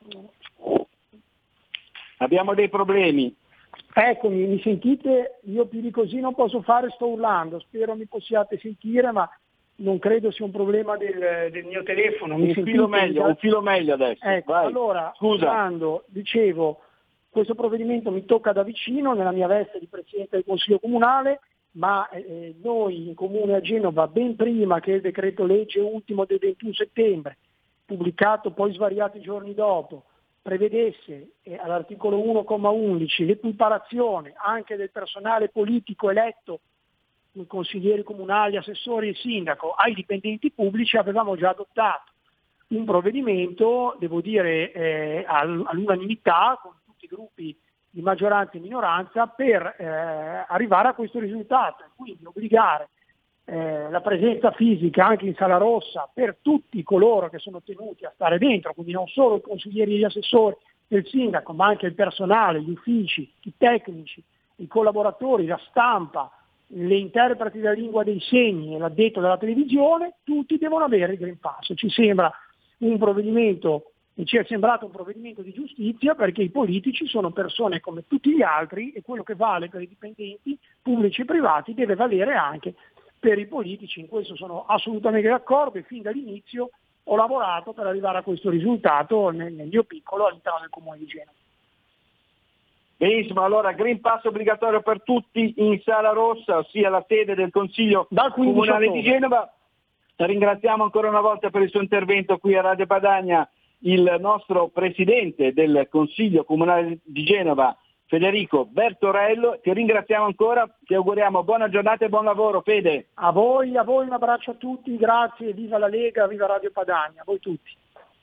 Abbiamo dei problemi. Eccomi, mi sentite? Io più di così non posso fare, sto urlando, spero mi possiate sentire, ma non credo sia un problema del mio telefono. Un filo meglio adesso. Ecco, vai. Allora, scusa. Dicevo, questo provvedimento mi tocca da vicino nella mia veste di Presidente del Consiglio Comunale, ma noi in Comune a Genova, ben prima che il decreto legge ultimo del 21 settembre, pubblicato poi svariati giorni dopo, prevedesse all'articolo 1,11 l'equiparazione anche del personale politico eletto, i consiglieri comunali, assessori e sindaco, ai dipendenti pubblici, avevamo già adottato un provvedimento, devo dire, all'unanimità, con tutti i gruppi di maggioranza e minoranza, per arrivare a questo risultato, quindi obbligare la presenza fisica anche in Sala Rossa per tutti coloro che sono tenuti a stare dentro, quindi non solo i consiglieri e gli assessori del sindaco, ma anche il personale, gli uffici, i tecnici, i collaboratori, la stampa, le interpreti della lingua dei segni e l'addetto della televisione, tutti devono avere il Green Pass. Ci sembra un provvedimento, e ci è sembrato un provvedimento di giustizia, perché i politici sono persone come tutti gli altri e quello che vale per i dipendenti pubblici e privati deve valere anche per i politici. In questo sono assolutamente d'accordo e fin dall'inizio ho lavorato per arrivare a questo risultato nel mio piccolo all'interno del Comune di Genova. Benissimo, allora Green Pass obbligatorio per tutti in Sala Rossa, ossia la sede del Consiglio Comunale di Genova. Ringraziamo ancora una volta per il suo intervento qui a Radio Padania il nostro Presidente del Consiglio Comunale di Genova, Federico Bertorello. Ti ringraziamo ancora, ti auguriamo buona giornata e buon lavoro, Fede. A voi un abbraccio a tutti, grazie, viva la Lega, viva Radio Padania, a voi tutti.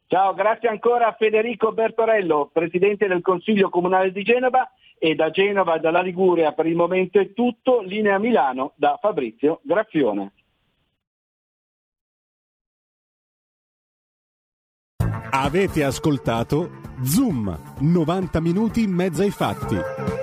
Ciao, grazie ancora a Federico Bertorello, Presidente del Consiglio Comunale di Genova, e da Genova e dalla Liguria per il momento è tutto. Linea Milano da Fabrizio Graffione. Avete ascoltato Zoom, 90 minuti in mezzo ai fatti.